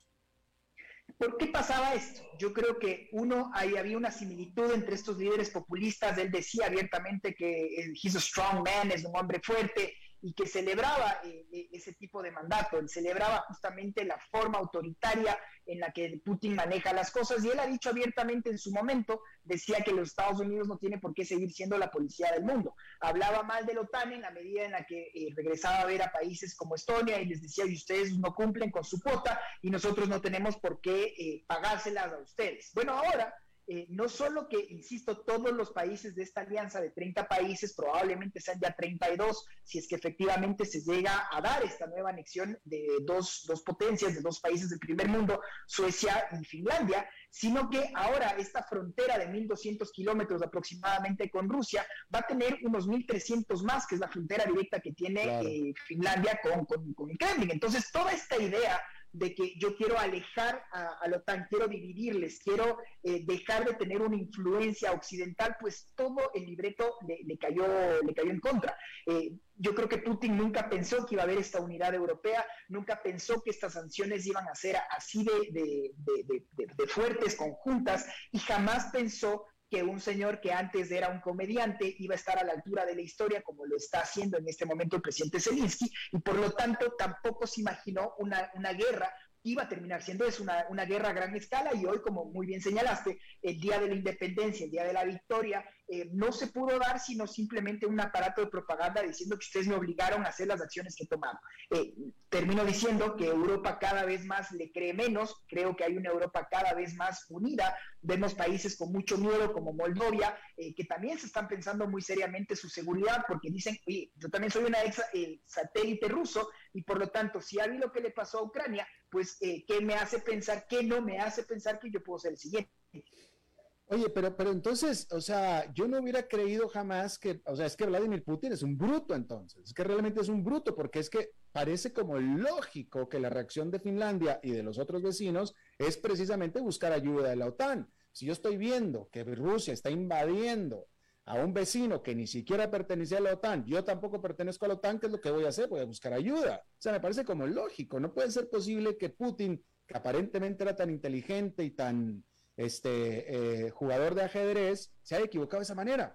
¿Por qué pasaba esto? Yo creo que uno, ahí había una similitud entre estos líderes populistas. Él decía abiertamente que eh, he's a strong man, es un hombre fuerte, y que celebraba eh, ese tipo de mandato. Él celebraba justamente la forma autoritaria en la que Putin maneja las cosas, y él ha dicho abiertamente en su momento, decía que los Estados Unidos no tienen por qué seguir siendo la policía del mundo. Hablaba mal de la OTAN en la medida en la que eh, regresaba a ver a países como Estonia y les decía, y ustedes no cumplen con su cuota y nosotros no tenemos por qué eh, pagárselas a ustedes. Bueno, ahora eh, no solo que, insisto, todos los países de esta alianza de treinta países, probablemente sean ya treinta y dos, si es que efectivamente se llega a dar esta nueva anexión de dos, dos potencias, de dos países del primer mundo, Suecia y Finlandia, sino que ahora esta frontera de mil doscientos kilómetros aproximadamente con Rusia va a tener unos mil trescientos más, que es la frontera directa que tiene claro. eh, Finlandia con, con, con el Kremlin. Entonces, toda esta idea de que yo quiero alejar a, a la OTAN, quiero dividirles, quiero eh, dejar de tener una influencia occidental, pues todo el libreto le, le, cayó, le cayó en contra. Eh, yo creo que Putin nunca pensó que iba a haber esta unidad europea, nunca pensó que estas sanciones iban a ser así de, de, de, de, de, de fuertes, conjuntas, y jamás pensó que un señor que antes era un comediante iba a estar a la altura de la historia como lo está haciendo en este momento el presidente Zelensky, y por lo tanto tampoco se imaginó una, una guerra iba a terminar siendo eso, una, una guerra a gran escala, y hoy, como muy bien señalaste, el día de la independencia, el día de la victoria, eh, no se pudo dar sino simplemente un aparato de propaganda diciendo que ustedes me obligaron a hacer las acciones que he tomado. Eh, termino diciendo que Europa cada vez más le cree menos, creo que hay una Europa cada vez más unida, vemos países con mucho miedo como Moldovia, eh, que también se están pensando muy seriamente su seguridad, porque dicen, oye, yo también soy una ex eh, satélite ruso, y por lo tanto, si ha habido lo que le pasó a Ucrania, pues, eh, ¿qué me hace pensar, qué no me hace pensar que yo puedo ser el siguiente? Oye, pero, pero entonces, o sea, yo no hubiera creído jamás que, o sea, es que Vladimir Putin es un bruto entonces, es que realmente es un bruto, porque es que parece como lógico que la reacción de Finlandia y de los otros vecinos es precisamente buscar ayuda de la OTAN. Si yo estoy viendo que Rusia está invadiendo a un vecino que ni siquiera pertenecía a la OTAN, yo tampoco pertenezco a la OTAN, ¿qué es lo que voy a hacer? Voy a buscar ayuda. O sea, me parece como lógico. No puede ser posible que Putin, que aparentemente era tan inteligente y tan este, eh, jugador de ajedrez, se haya equivocado de esa manera.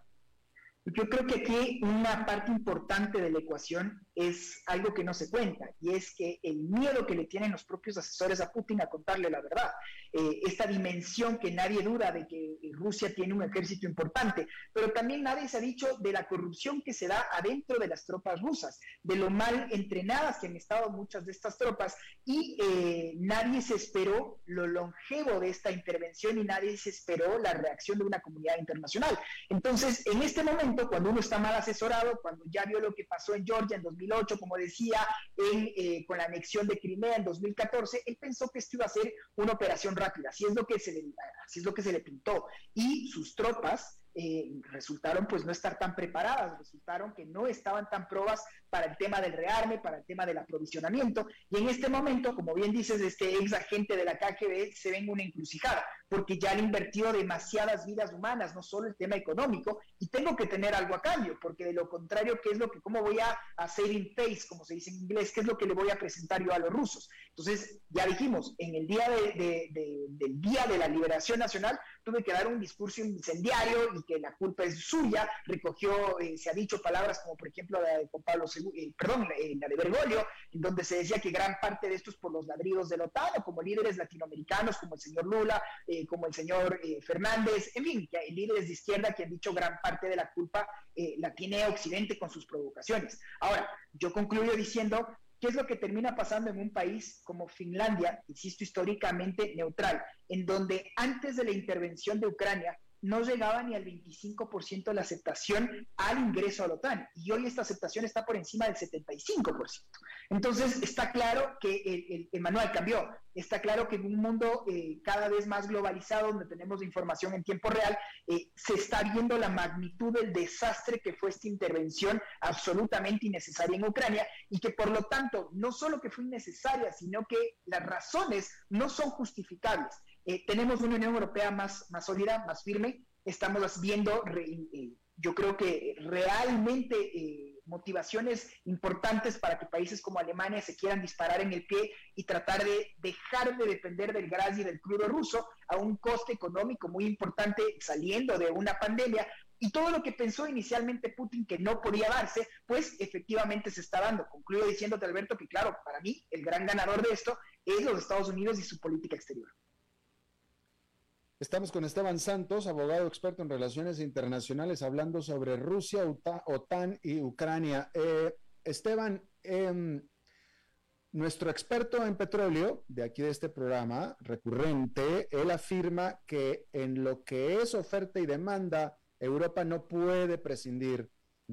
Yo creo que aquí una parte importante de la ecuación es algo que no se cuenta, y es que el miedo que le tienen los propios asesores a Putin a contarle la verdad, eh, esta dimensión que nadie duda de que Rusia tiene un ejército importante, pero también nadie se ha dicho de la corrupción que se da adentro de las tropas rusas, de lo mal entrenadas que han estado muchas de estas tropas, y eh, nadie se esperó lo longevo de esta intervención y nadie se esperó la reacción de una comunidad internacional. Entonces, en este momento, cuando uno está mal asesorado, cuando ya vio lo que pasó en Georgia en dos mil ocho, como decía, en, eh, con la anexión de Crimea en dos mil catorce, él pensó que esto iba a ser una operación rápida, así es lo que se le, así es lo que se le pintó, y sus tropas eh, resultaron pues no estar tan preparadas, resultaron que no estaban tan probas para el tema del rearme, para el tema del aprovisionamiento, y en este momento, como bien dices, este ex agente de la K G B se ve en una encrucijada, porque ya han invertido demasiadas vidas humanas, no solo el tema económico, y tengo que tener algo a cambio, porque de lo contrario, ¿qué es lo que, cómo voy a hacer in face, como se dice en inglés, qué es lo que le voy a presentar yo a los rusos? Entonces, ya dijimos, en el día de, de, de, del Día de la Liberación Nacional, tuve que dar un discurso incendiario y que la culpa es suya, recogió, eh, se ha dicho palabras como por ejemplo la de Juan Pablo segundo, eh, perdón, eh, la de Bergoglio, en donde se decía que gran parte de esto es por los ladridos de la OTAN, o como líderes latinoamericanos como el señor Lula, eh, como el señor eh, Fernández, en fin, que hay líderes de izquierda que han dicho gran parte de la culpa eh, la tiene Occidente con sus provocaciones. Ahora, yo concluyo diciendo, ¿qué es lo que termina pasando en un país como Finlandia, insisto, históricamente neutral, en donde antes de la intervención de Ucrania no llegaba ni al veinticinco por ciento de la aceptación al ingreso a la OTAN, y hoy esta aceptación está por encima del setenta y cinco por ciento. Entonces está claro que el, el, el manual cambió, está claro que en un mundo eh, cada vez más globalizado, donde tenemos información en tiempo real, eh, se está viendo la magnitud del desastre que fue esta intervención absolutamente innecesaria en Ucrania, y que por lo tanto no solo que fue innecesaria, sino que las razones no son justificables. Eh, tenemos una Unión Europea más, más sólida, más firme, estamos viendo, re, eh, yo creo que realmente eh, motivaciones importantes para que países como Alemania se quieran disparar en el pie y tratar de dejar de depender del gas y del crudo ruso a un coste económico muy importante saliendo de una pandemia. Y todo lo que pensó inicialmente Putin que no podía darse, pues efectivamente se está dando. Concluyo diciéndote, Alberto, que claro, para mí el gran ganador de esto es los Estados Unidos y su política exterior. Estamos con Esteban Santos, abogado experto en relaciones internacionales, hablando sobre Rusia, OTAN y Ucrania. Eh, Esteban, eh, nuestro experto en petróleo, de aquí de este programa recurrente, él afirma que en lo que es oferta y demanda, Europa no puede prescindir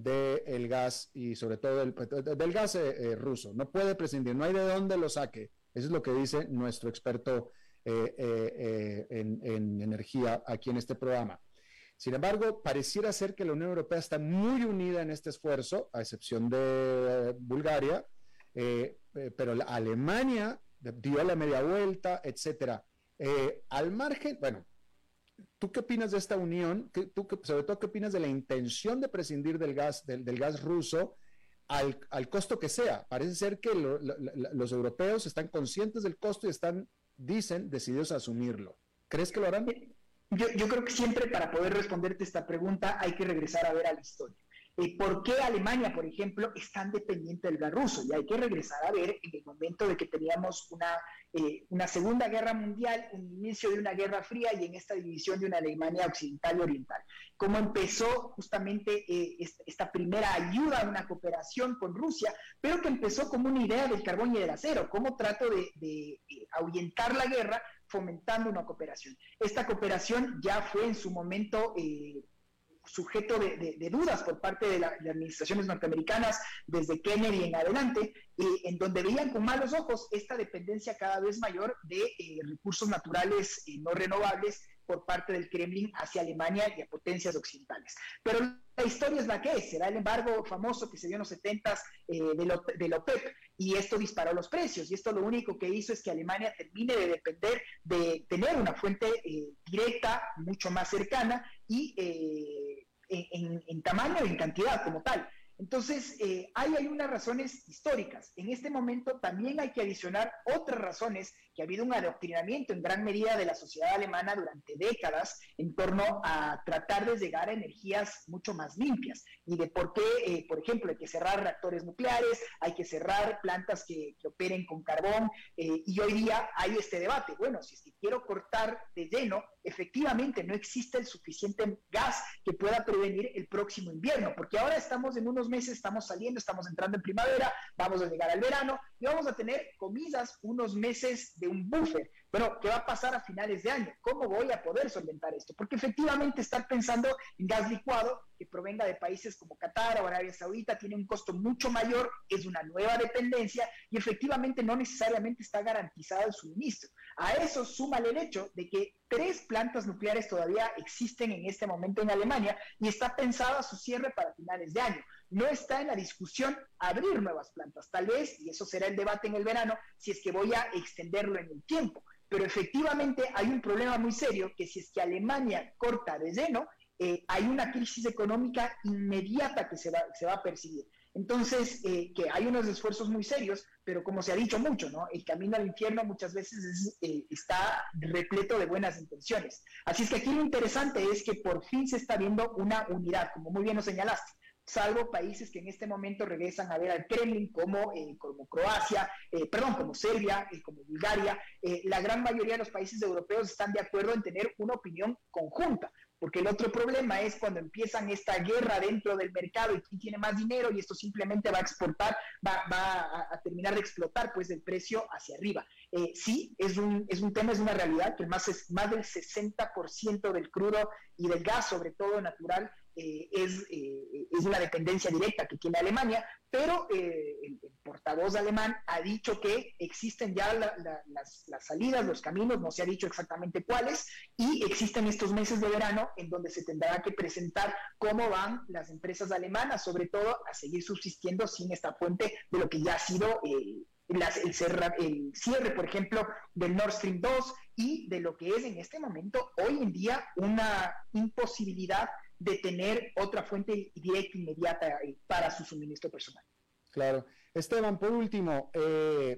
del gas y sobre todo del, del gas eh, eh, ruso, no puede prescindir, no hay de dónde lo saque. Eso es lo que dice nuestro experto eh, eh, eh, en, en energía aquí en este programa. Sin embargo, pareciera ser que la Unión Europea está muy unida en este esfuerzo, a excepción de eh, Bulgaria, eh, eh, pero la Alemania dio la media vuelta, etcétera. Eh, al margen, bueno, ¿tú qué opinas de esta unión? ¿Qué, tú, qué, sobre todo, ¿qué opinas de la intención de prescindir del gas, del, del gas ruso al, al costo que sea? Parece ser que lo, lo, los europeos están conscientes del costo y están, dicen, decididos a asumirlo. ¿Crees que lo harán? Yo, yo creo que siempre para poder responderte esta pregunta hay que regresar a ver a la historia. Eh, ¿Por qué Alemania, por ejemplo, es tan dependiente del gas ruso? Y hay que regresar a ver en el momento de que teníamos una, eh, una Segunda Guerra Mundial, un inicio de una Guerra Fría y en esta división de una Alemania occidental y oriental. Cómo empezó justamente eh, esta, esta primera ayuda a una cooperación con Rusia, pero que empezó como una idea del carbón y del acero, cómo trato de, de, de ahuyentar la guerra fomentando una cooperación. Esta cooperación ya fue en su momento eh, sujeto de, de, de dudas por parte de, la, de administraciones norteamericanas desde Kennedy en adelante, eh, en donde veían con malos ojos esta dependencia cada vez mayor de eh, recursos naturales eh, no renovables por parte del Kremlin hacia Alemania y a potencias occidentales. Pero la historia es la que es, será el embargo famoso que se dio en los setentas eh, de la OPEP, y esto disparó los precios, y esto lo único que hizo es que Alemania termine de depender de tener una fuente eh, directa, mucho más cercana, y eh, en, en tamaño y en cantidad como tal. Entonces, eh, ahí hay unas razones históricas. En este momento también hay que adicionar otras razones, que ha habido un adoctrinamiento en gran medida de la sociedad alemana durante décadas en torno a tratar de llegar a energías mucho más limpias, y de por qué, eh, por ejemplo, hay que cerrar reactores nucleares, hay que cerrar plantas que, que operen con carbón, eh, y hoy día hay este debate. Bueno, si es que quiero cortar de lleno, efectivamente no existe el suficiente gas que pueda prevenir el próximo invierno, porque ahora estamos en unos meses, estamos saliendo, estamos entrando en primavera, vamos a llegar al verano y vamos a tener, comillas, unos meses de un buffer. Pero, ¿qué va a pasar a finales de año? ¿Cómo voy a poder solventar esto? Porque efectivamente estar pensando en gas licuado que provenga de países como Qatar o Arabia Saudita tiene un costo mucho mayor, es una nueva dependencia y efectivamente no necesariamente está garantizado el suministro. A eso súmale el hecho de que tres plantas nucleares todavía existen en este momento en Alemania y está pensado su cierre para finales de año. No está en la discusión abrir nuevas plantas, tal vez, y eso será el debate en el verano, si es que voy a extenderlo en el tiempo. Pero efectivamente hay un problema muy serio, que si es que Alemania corta de lleno, eh, hay una crisis económica inmediata que se va, se va a percibir. Entonces, eh, que hay unos esfuerzos muy serios, pero como se ha dicho mucho, ¿no? El camino al infierno muchas veces es, eh, está repleto de buenas intenciones. Así es que aquí lo interesante es que por fin se está viendo una unidad, como muy bien lo señalaste, salvo países que en este momento regresan a ver al Kremlin como, eh, como Croacia, eh, perdón, como Serbia, eh, como Bulgaria. Eh, la gran mayoría de los países europeos están de acuerdo en tener una opinión conjunta, porque el otro problema es cuando empiezan esta guerra dentro del mercado y quién tiene más dinero, y esto simplemente va a exportar, va, va a, a terminar de explotar pues el precio hacia arriba. Eh, sí, es un, es un tema, es una realidad, que más, es, más del sesenta por ciento del crudo y del gas, sobre todo natural, Eh, es, eh, es una dependencia directa que tiene Alemania, pero eh, el, el portavoz alemán ha dicho que existen ya la, la, las, las salidas, los caminos, no se ha dicho exactamente cuáles, y existen estos meses de verano en donde se tendrá que presentar cómo van las empresas alemanas, sobre todo a seguir subsistiendo sin esta fuente de lo que ya ha sido eh, las, el, cerra, el cierre, por ejemplo, del Nord Stream dos, y de lo que es en este momento, hoy en día, una imposibilidad de tener otra fuente directa inmediata para su suministro personal. Claro. Esteban, por último, eh,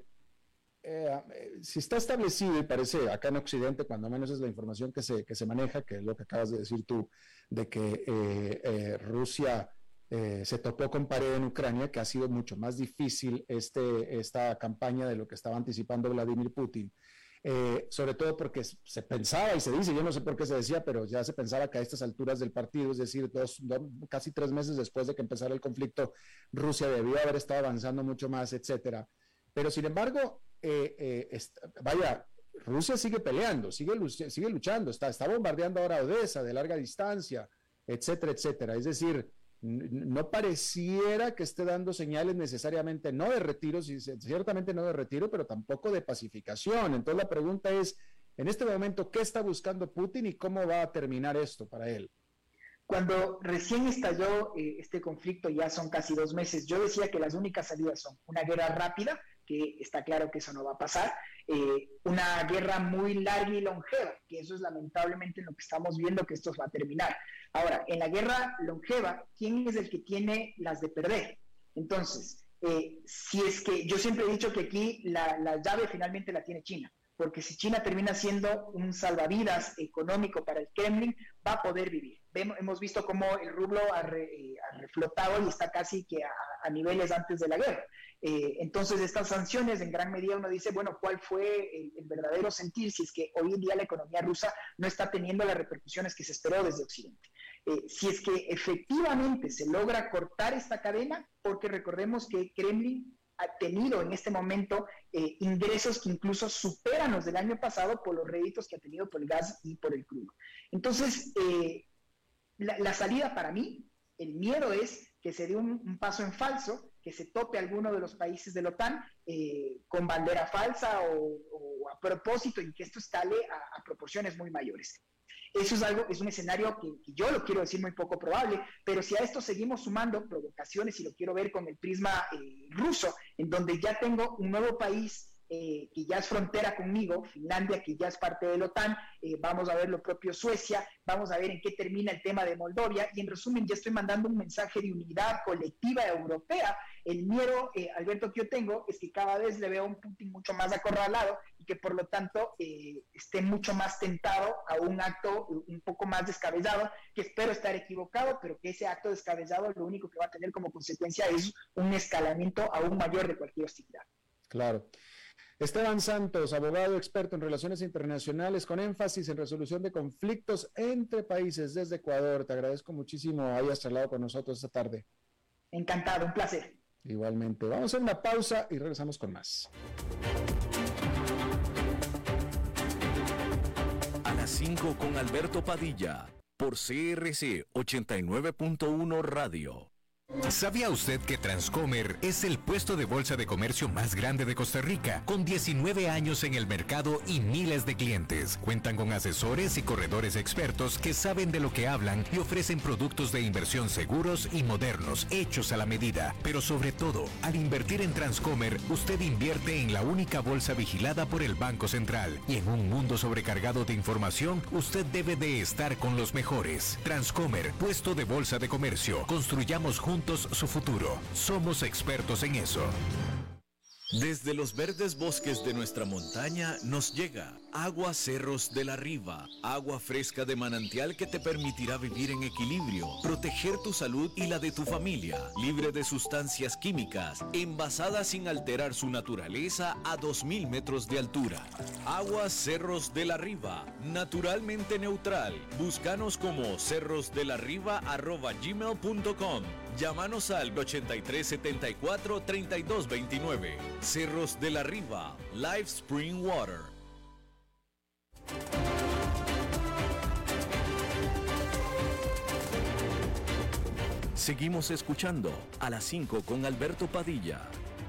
eh, si está establecido, y parece acá en Occidente, cuando menos es la información que se, que se maneja, que es lo que acabas de decir tú, de que eh, eh, Rusia eh, se topó con pared en Ucrania, que ha sido mucho más difícil este, esta campaña de lo que estaba anticipando Vladimir Putin. Eh, sobre todo porque se pensaba y se dice, yo no sé por qué se decía, pero ya se pensaba que a estas alturas del partido, es decir, dos, dos, casi tres meses después de que empezara el conflicto, Rusia debía haber estado avanzando mucho más, etcétera. Pero sin embargo, eh, eh, est- vaya, Rusia sigue peleando, sigue, sigue luchando, está, está bombardeando ahora Odessa de larga distancia, etcétera, etcétera. Es decir, no pareciera que esté dando señales necesariamente no de retiro, ciertamente no de retiro, pero tampoco de pacificación. Entonces la pregunta es, en este momento, ¿qué está buscando Putin y cómo va a terminar esto para él? Cuando recién estalló eh, este conflicto, ya son casi dos meses, yo decía que las únicas salidas son una guerra rápida, que está claro que eso no va a pasar, eh, una guerra muy larga y longeva, que eso es lamentablemente lo que estamos viendo que esto va a terminar. Ahora, en la guerra longeva, ¿quién es el que tiene las de perder? Entonces, eh, si es que yo siempre he dicho que aquí la, la llave finalmente la tiene China, porque si China termina siendo un salvavidas económico para el Kremlin, va a poder vivir. Vemos, hemos visto cómo el rublo ha, re, eh, ha reflotado y está casi que a, a niveles antes de la guerra. Eh, entonces, estas sanciones, en gran medida uno dice, bueno, ¿cuál fue el, el verdadero sentir si es que hoy en día la economía rusa no está teniendo las repercusiones que se esperó desde Occidente? Eh, si es que efectivamente se logra cortar esta cadena, porque recordemos que Kremlin ha tenido en este momento eh, ingresos que incluso superan los del año pasado por los réditos que ha tenido por el gas y por el crudo. Entonces, eh, la, la salida para mí, el miedo es que se dé un, un paso en falso, que se tope alguno de los países de la OTAN eh, con bandera falsa o, o a propósito y que esto escale a, a proporciones muy mayores. Eso es algo, es un escenario que, que yo lo quiero decir muy poco probable, pero si a esto seguimos sumando provocaciones y lo quiero ver con el prisma eh, ruso, en donde ya tengo un nuevo país eh, que ya es frontera conmigo, Finlandia, que ya es parte de la OTAN, eh, vamos a ver lo propio Suecia, vamos a ver en qué termina el tema de Moldavia, y en resumen ya estoy mandando un mensaje de unidad colectiva europea. El miedo, eh, Alberto, que yo tengo es que cada vez le veo a un Putin mucho más acorralado y que por lo tanto eh, esté mucho más tentado a un acto un poco más descabellado, que espero estar equivocado, pero que ese acto descabellado lo único que va a tener como consecuencia es un escalamiento aún mayor de cualquier hostilidad. Claro. Esteban Santos, abogado experto en relaciones internacionales con énfasis en resolución de conflictos entre países desde Ecuador. Te agradezco muchísimo hayas charlado con nosotros esta tarde. Encantado, un placer. Igualmente. Vamos a hacer una pausa y regresamos con más. A las cinco con Alberto Padilla, por C R C ochenta y nueve punto uno Radio. ¿Sabía usted que Transcomer es el puesto de bolsa de comercio más grande de Costa Rica, con diecinueve años en el mercado y miles de clientes? Cuentan con asesores y corredores expertos que saben de lo que hablan y ofrecen productos de inversión seguros y modernos, hechos a la medida. Pero sobre todo, al invertir en Transcomer, usted invierte en la única bolsa vigilada por el Banco Central. Y en un mundo sobrecargado de información, usted debe de estar con los mejores. Transcomer, puesto de bolsa de comercio. Construyamos juntos su futuro. Somos expertos en eso. Desde los verdes bosques de nuestra montaña nos llega Agua Cerros de la Riva, agua fresca de manantial que te permitirá vivir en equilibrio, proteger tu salud y la de tu familia, libre de sustancias químicas, envasada sin alterar su naturaleza a dos mil metros de altura. Agua Cerros de la Riva, naturalmente neutral. Búscanos como cerrosdelariva arroba gmail punto com. Llámanos al ochenta y tres setenta y cuatro treinta y dos veintinueve. Cerros de la Riva, Live Spring Water. Seguimos escuchando a las cinco con Alberto Padilla.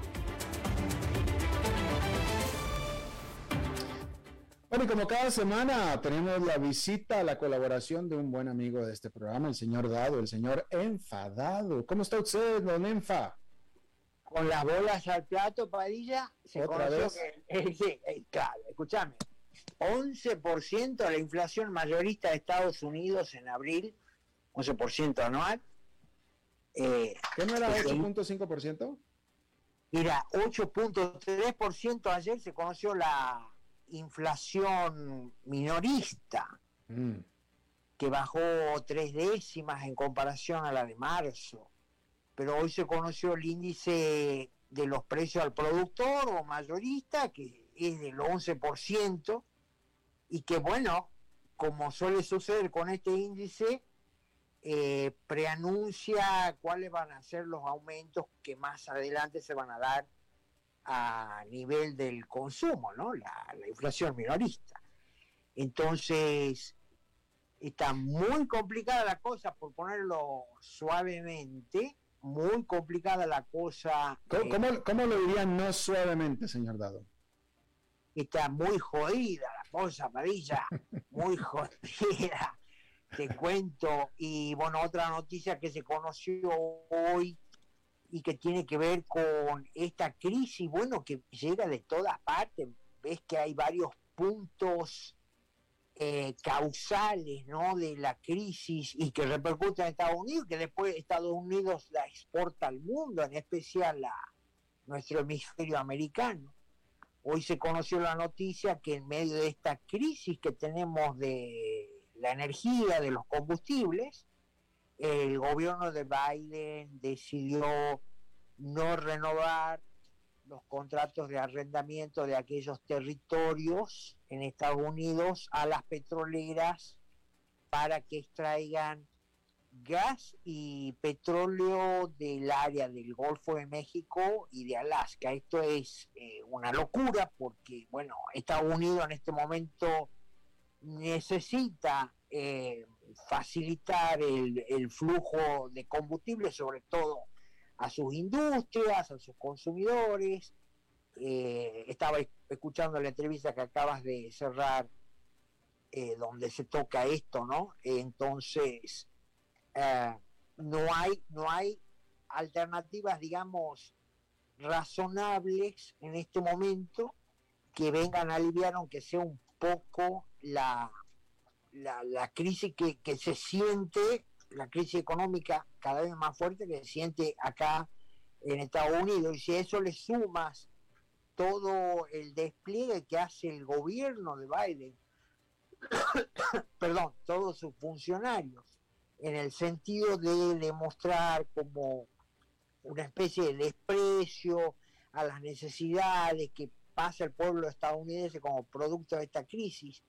Bueno, y como cada semana tenemos la visita, la colaboración de un buen amigo de este programa, el señor Dado, el señor Enfadado. ¿Cómo está usted, don Enfa? Con las bolas al plato, Padilla, se ¿Otra conoció vez? que, eh, sí, eh, claro, escúchame, once por ciento de la inflación mayorista de Estados Unidos en abril, once por ciento anual. Eh, ¿Qué no era pues, ocho punto cinco por ciento? Mira, ocho punto tres por ciento ayer se conoció la inflación minorista, Mm. que bajó tres décimas en comparación a la de marzo. Pero hoy se conoció el índice de los precios al productor o mayorista, que es del once por ciento, y que, bueno, como suele suceder con este índice, eh, preanuncia cuáles van a ser los aumentos que más adelante se van a dar a nivel del consumo, ¿no? La, la inflación minorista. Entonces, está muy complicada la cosa, por ponerlo suavemente, muy complicada la cosa. ¿Cómo, eh, cómo, cómo lo dirían no suavemente, señor Dado? Está muy jodida la cosa, Padilla, muy jodida, te cuento. Y bueno, otra noticia que se conoció hoy y que tiene que ver con esta crisis, bueno, que llega de todas partes. Ves que hay varios puntos eh, causales, ¿no?, de la crisis y que repercuten en Estados Unidos, que después Estados Unidos la exporta al mundo, en especial a nuestro hemisferio americano. Hoy se conoció la noticia que en medio de esta crisis que tenemos de la energía, de los combustibles, el gobierno de Biden decidió no renovar los contratos de arrendamiento de aquellos territorios en Estados Unidos a las petroleras para que extraigan gas y petróleo del área del Golfo de México y de Alaska. Esto es eh, una locura porque, bueno, Estados Unidos en este momento necesita eh, facilitar el, el flujo de combustible, sobre todo a sus industrias, a sus consumidores. Eh, estaba escuchando la entrevista que acabas de cerrar, eh, donde se toca esto, ¿no? Entonces, eh, no hay, no hay alternativas, digamos, razonables en este momento que vengan a aliviar, aunque sea un poco, la, la, la crisis que, que se siente, la crisis económica cada vez más fuerte que se siente acá en Estados Unidos. Y si a eso le sumas todo el despliegue que hace el gobierno de Biden, perdón, todos sus funcionarios, en el sentido de demostrar como una especie de desprecio a las necesidades que pasa el pueblo estadounidense como producto de esta crisis.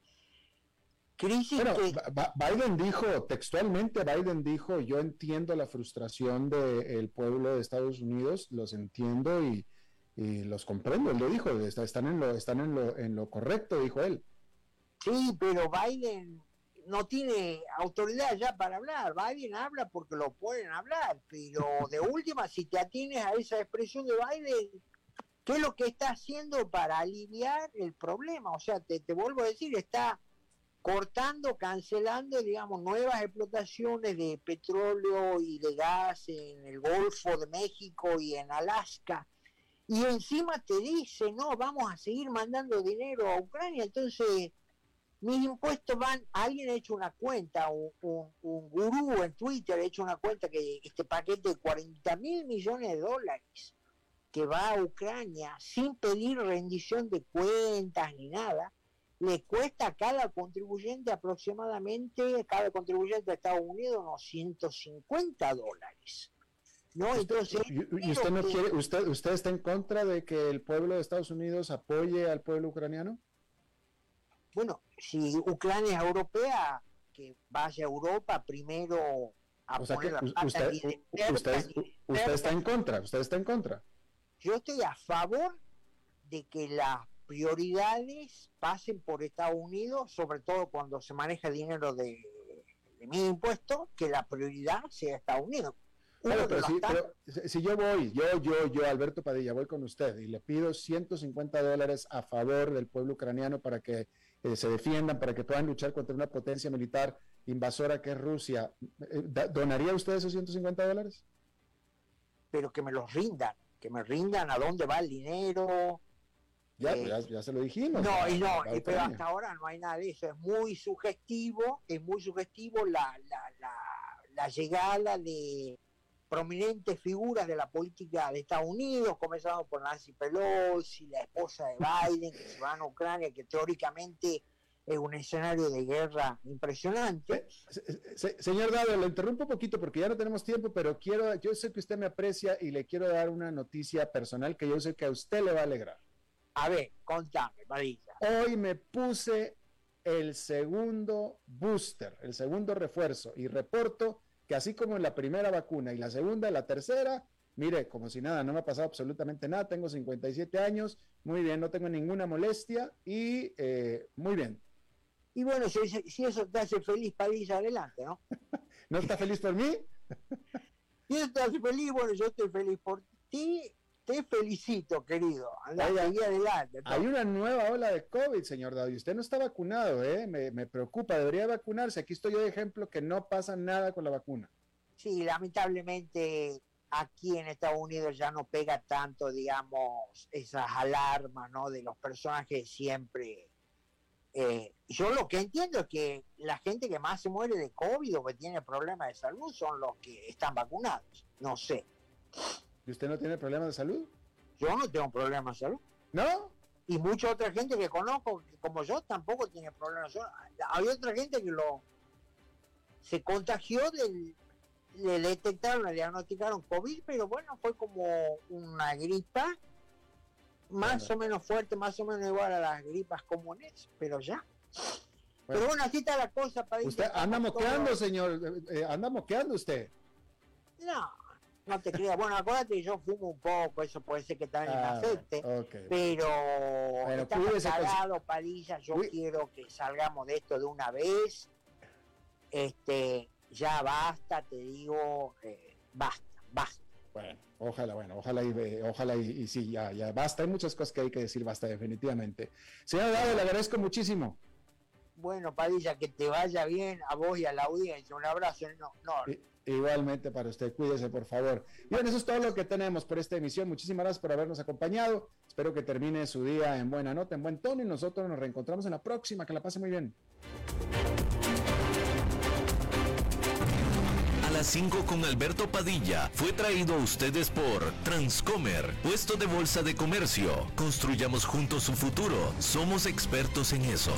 Crisis bueno, que... Biden dijo, textualmente Biden dijo, yo entiendo la frustración del pueblo de Estados Unidos, los entiendo y, y los comprendo, él lo dijo, están en lo, están en lo, en lo correcto, dijo él. Sí, pero Biden no tiene autoridad ya para hablar. Biden habla porque lo pueden hablar, pero de última, si te atienes a esa expresión de Biden, ¿qué es lo que está haciendo para aliviar el problema? O sea, te, te vuelvo a decir, está cortando, cancelando, digamos, nuevas explotaciones de petróleo y de gas en el Golfo de México y en Alaska. Y encima te dice, no, vamos a seguir mandando dinero a Ucrania. Entonces, mis impuestos van, alguien ha hecho una cuenta, un, un, un gurú en Twitter ha hecho una cuenta que este paquete de cuarenta mil millones de dólares que va a Ucrania sin pedir rendición de cuentas ni nada, le cuesta a cada contribuyente aproximadamente, cada contribuyente de Estados Unidos, unos ciento cincuenta dólares. ¿No? Entonces, ¿Y usted no quiere, usted, usted está en contra de que el pueblo de Estados Unidos apoye al pueblo ucraniano? Bueno, si Ucrania es europea, que vaya a Europa primero a o sea poner que la usted, usted, usted, usted está en contra, usted está en contra. Yo estoy a favor de que las prioridades pasen por Estados Unidos, sobre todo cuando se maneja dinero de, de mi impuesto, que la prioridad sea Estados Unidos. Bueno, pero, si, pero si yo voy, yo, yo, yo, Alberto Padilla, voy con usted y le pido ciento cincuenta dólares a favor del pueblo ucraniano para que eh, se defiendan, para que puedan luchar contra una potencia militar invasora que es Rusia, ¿donaría usted esos ciento cincuenta dólares? Pero que me los rindan, que me rindan a dónde va el dinero. Ya, eh, ya, ya se lo dijimos. No, la, y no, la pero hasta ahora no hay nada de eso. Es muy sugestivo, es muy sugestivo la, la, la, la llegada de prominentes figuras de la política de Estados Unidos, comenzando por Nancy Pelosi, la esposa de Biden, que se van a Ucrania, que teóricamente es un escenario de guerra impresionante. Se, se, señor Dado, lo interrumpo un poquito porque ya no tenemos tiempo, pero quiero, yo sé que usted me aprecia y le quiero dar una noticia personal que yo sé que a usted le va a alegrar. A ver, contame, Marisa. Hoy me puse el segundo booster, el segundo refuerzo, y reporto que así como en la primera vacuna y la segunda, la tercera, Mire, como si nada, no me ha pasado absolutamente nada, tengo cincuenta y siete años, muy bien, no tengo ninguna molestia y eh, muy bien. Y bueno, si, si eso te hace feliz, Padilla, adelante, ¿no? ¿No está feliz por mí? Si eso te hace feliz, bueno, yo estoy feliz por ti, te felicito, querido. Andá, Oiga, seguí adelante. ¿no? Hay una nueva ola de COVID, señor Daudio. Usted no está vacunado, ¿eh? Me, me preocupa, debería vacunarse. Aquí estoy yo de ejemplo que no pasa nada con la vacuna. Sí, lamentablemente aquí en Estados Unidos ya no pega tanto, digamos, esas alarmas, ¿no? De los personajes siempre. Eh, yo lo que entiendo es que la gente que más se muere de COVID o que tiene problemas de salud son los que están vacunados. No sé. ¿Y usted no tiene problemas de salud? Yo no tengo problemas de salud. ¿No? Y mucha otra gente que conozco, como yo, tampoco tiene problemas de salud. Hay otra gente que lo se contagió del... le detectaron, le diagnosticaron COVID, pero bueno, fue como una gripa más bueno. o menos fuerte, más o menos igual a las gripas comunes, pero ya. Bueno. Pero bueno, así está la cosa. Para usted anda moqueando, todo... señor, eh, anda moqueando usted. No, no te creas. Bueno, acuérdate que yo fumo un poco, eso puede ser que también ah, me afecte, okay. pero bueno, está cargado, con... Padilla, yo Uy. quiero que salgamos de esto de una vez. Este... Ya basta, te digo, eh, basta, basta. Bueno, ojalá, bueno, ojalá y, eh, ojalá y, y sí, ya, ya basta. Hay muchas cosas que hay que decir, basta, definitivamente. Señor Dado, le agradezco muchísimo. Bueno, Padilla, que te vaya bien a vos y a la audiencia. Un abrazo. No, no. I, igualmente para usted, cuídese, por favor. Bien, eso es todo lo que tenemos por esta emisión. Muchísimas gracias por habernos acompañado. Espero que termine su día en buena nota, en buen tono, y nosotros nos reencontramos en la próxima. Que la pase muy bien. A las cinco con Alberto Padilla fue traído a ustedes por Transcomer, puesto de bolsa de comercio. Construyamos juntos su futuro. Somos expertos en eso.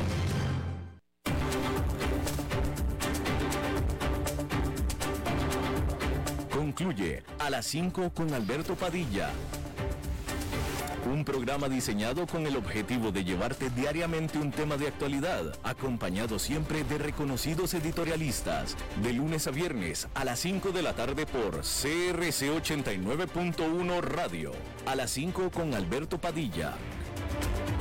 Concluye A las cinco con Alberto Padilla. Un programa diseñado con el objetivo de llevarte diariamente un tema de actualidad, acompañado siempre de reconocidos editorialistas, de lunes a viernes a las cinco de la tarde por C R C ochenta y nueve punto uno Radio. A las cinco con Alberto Padilla.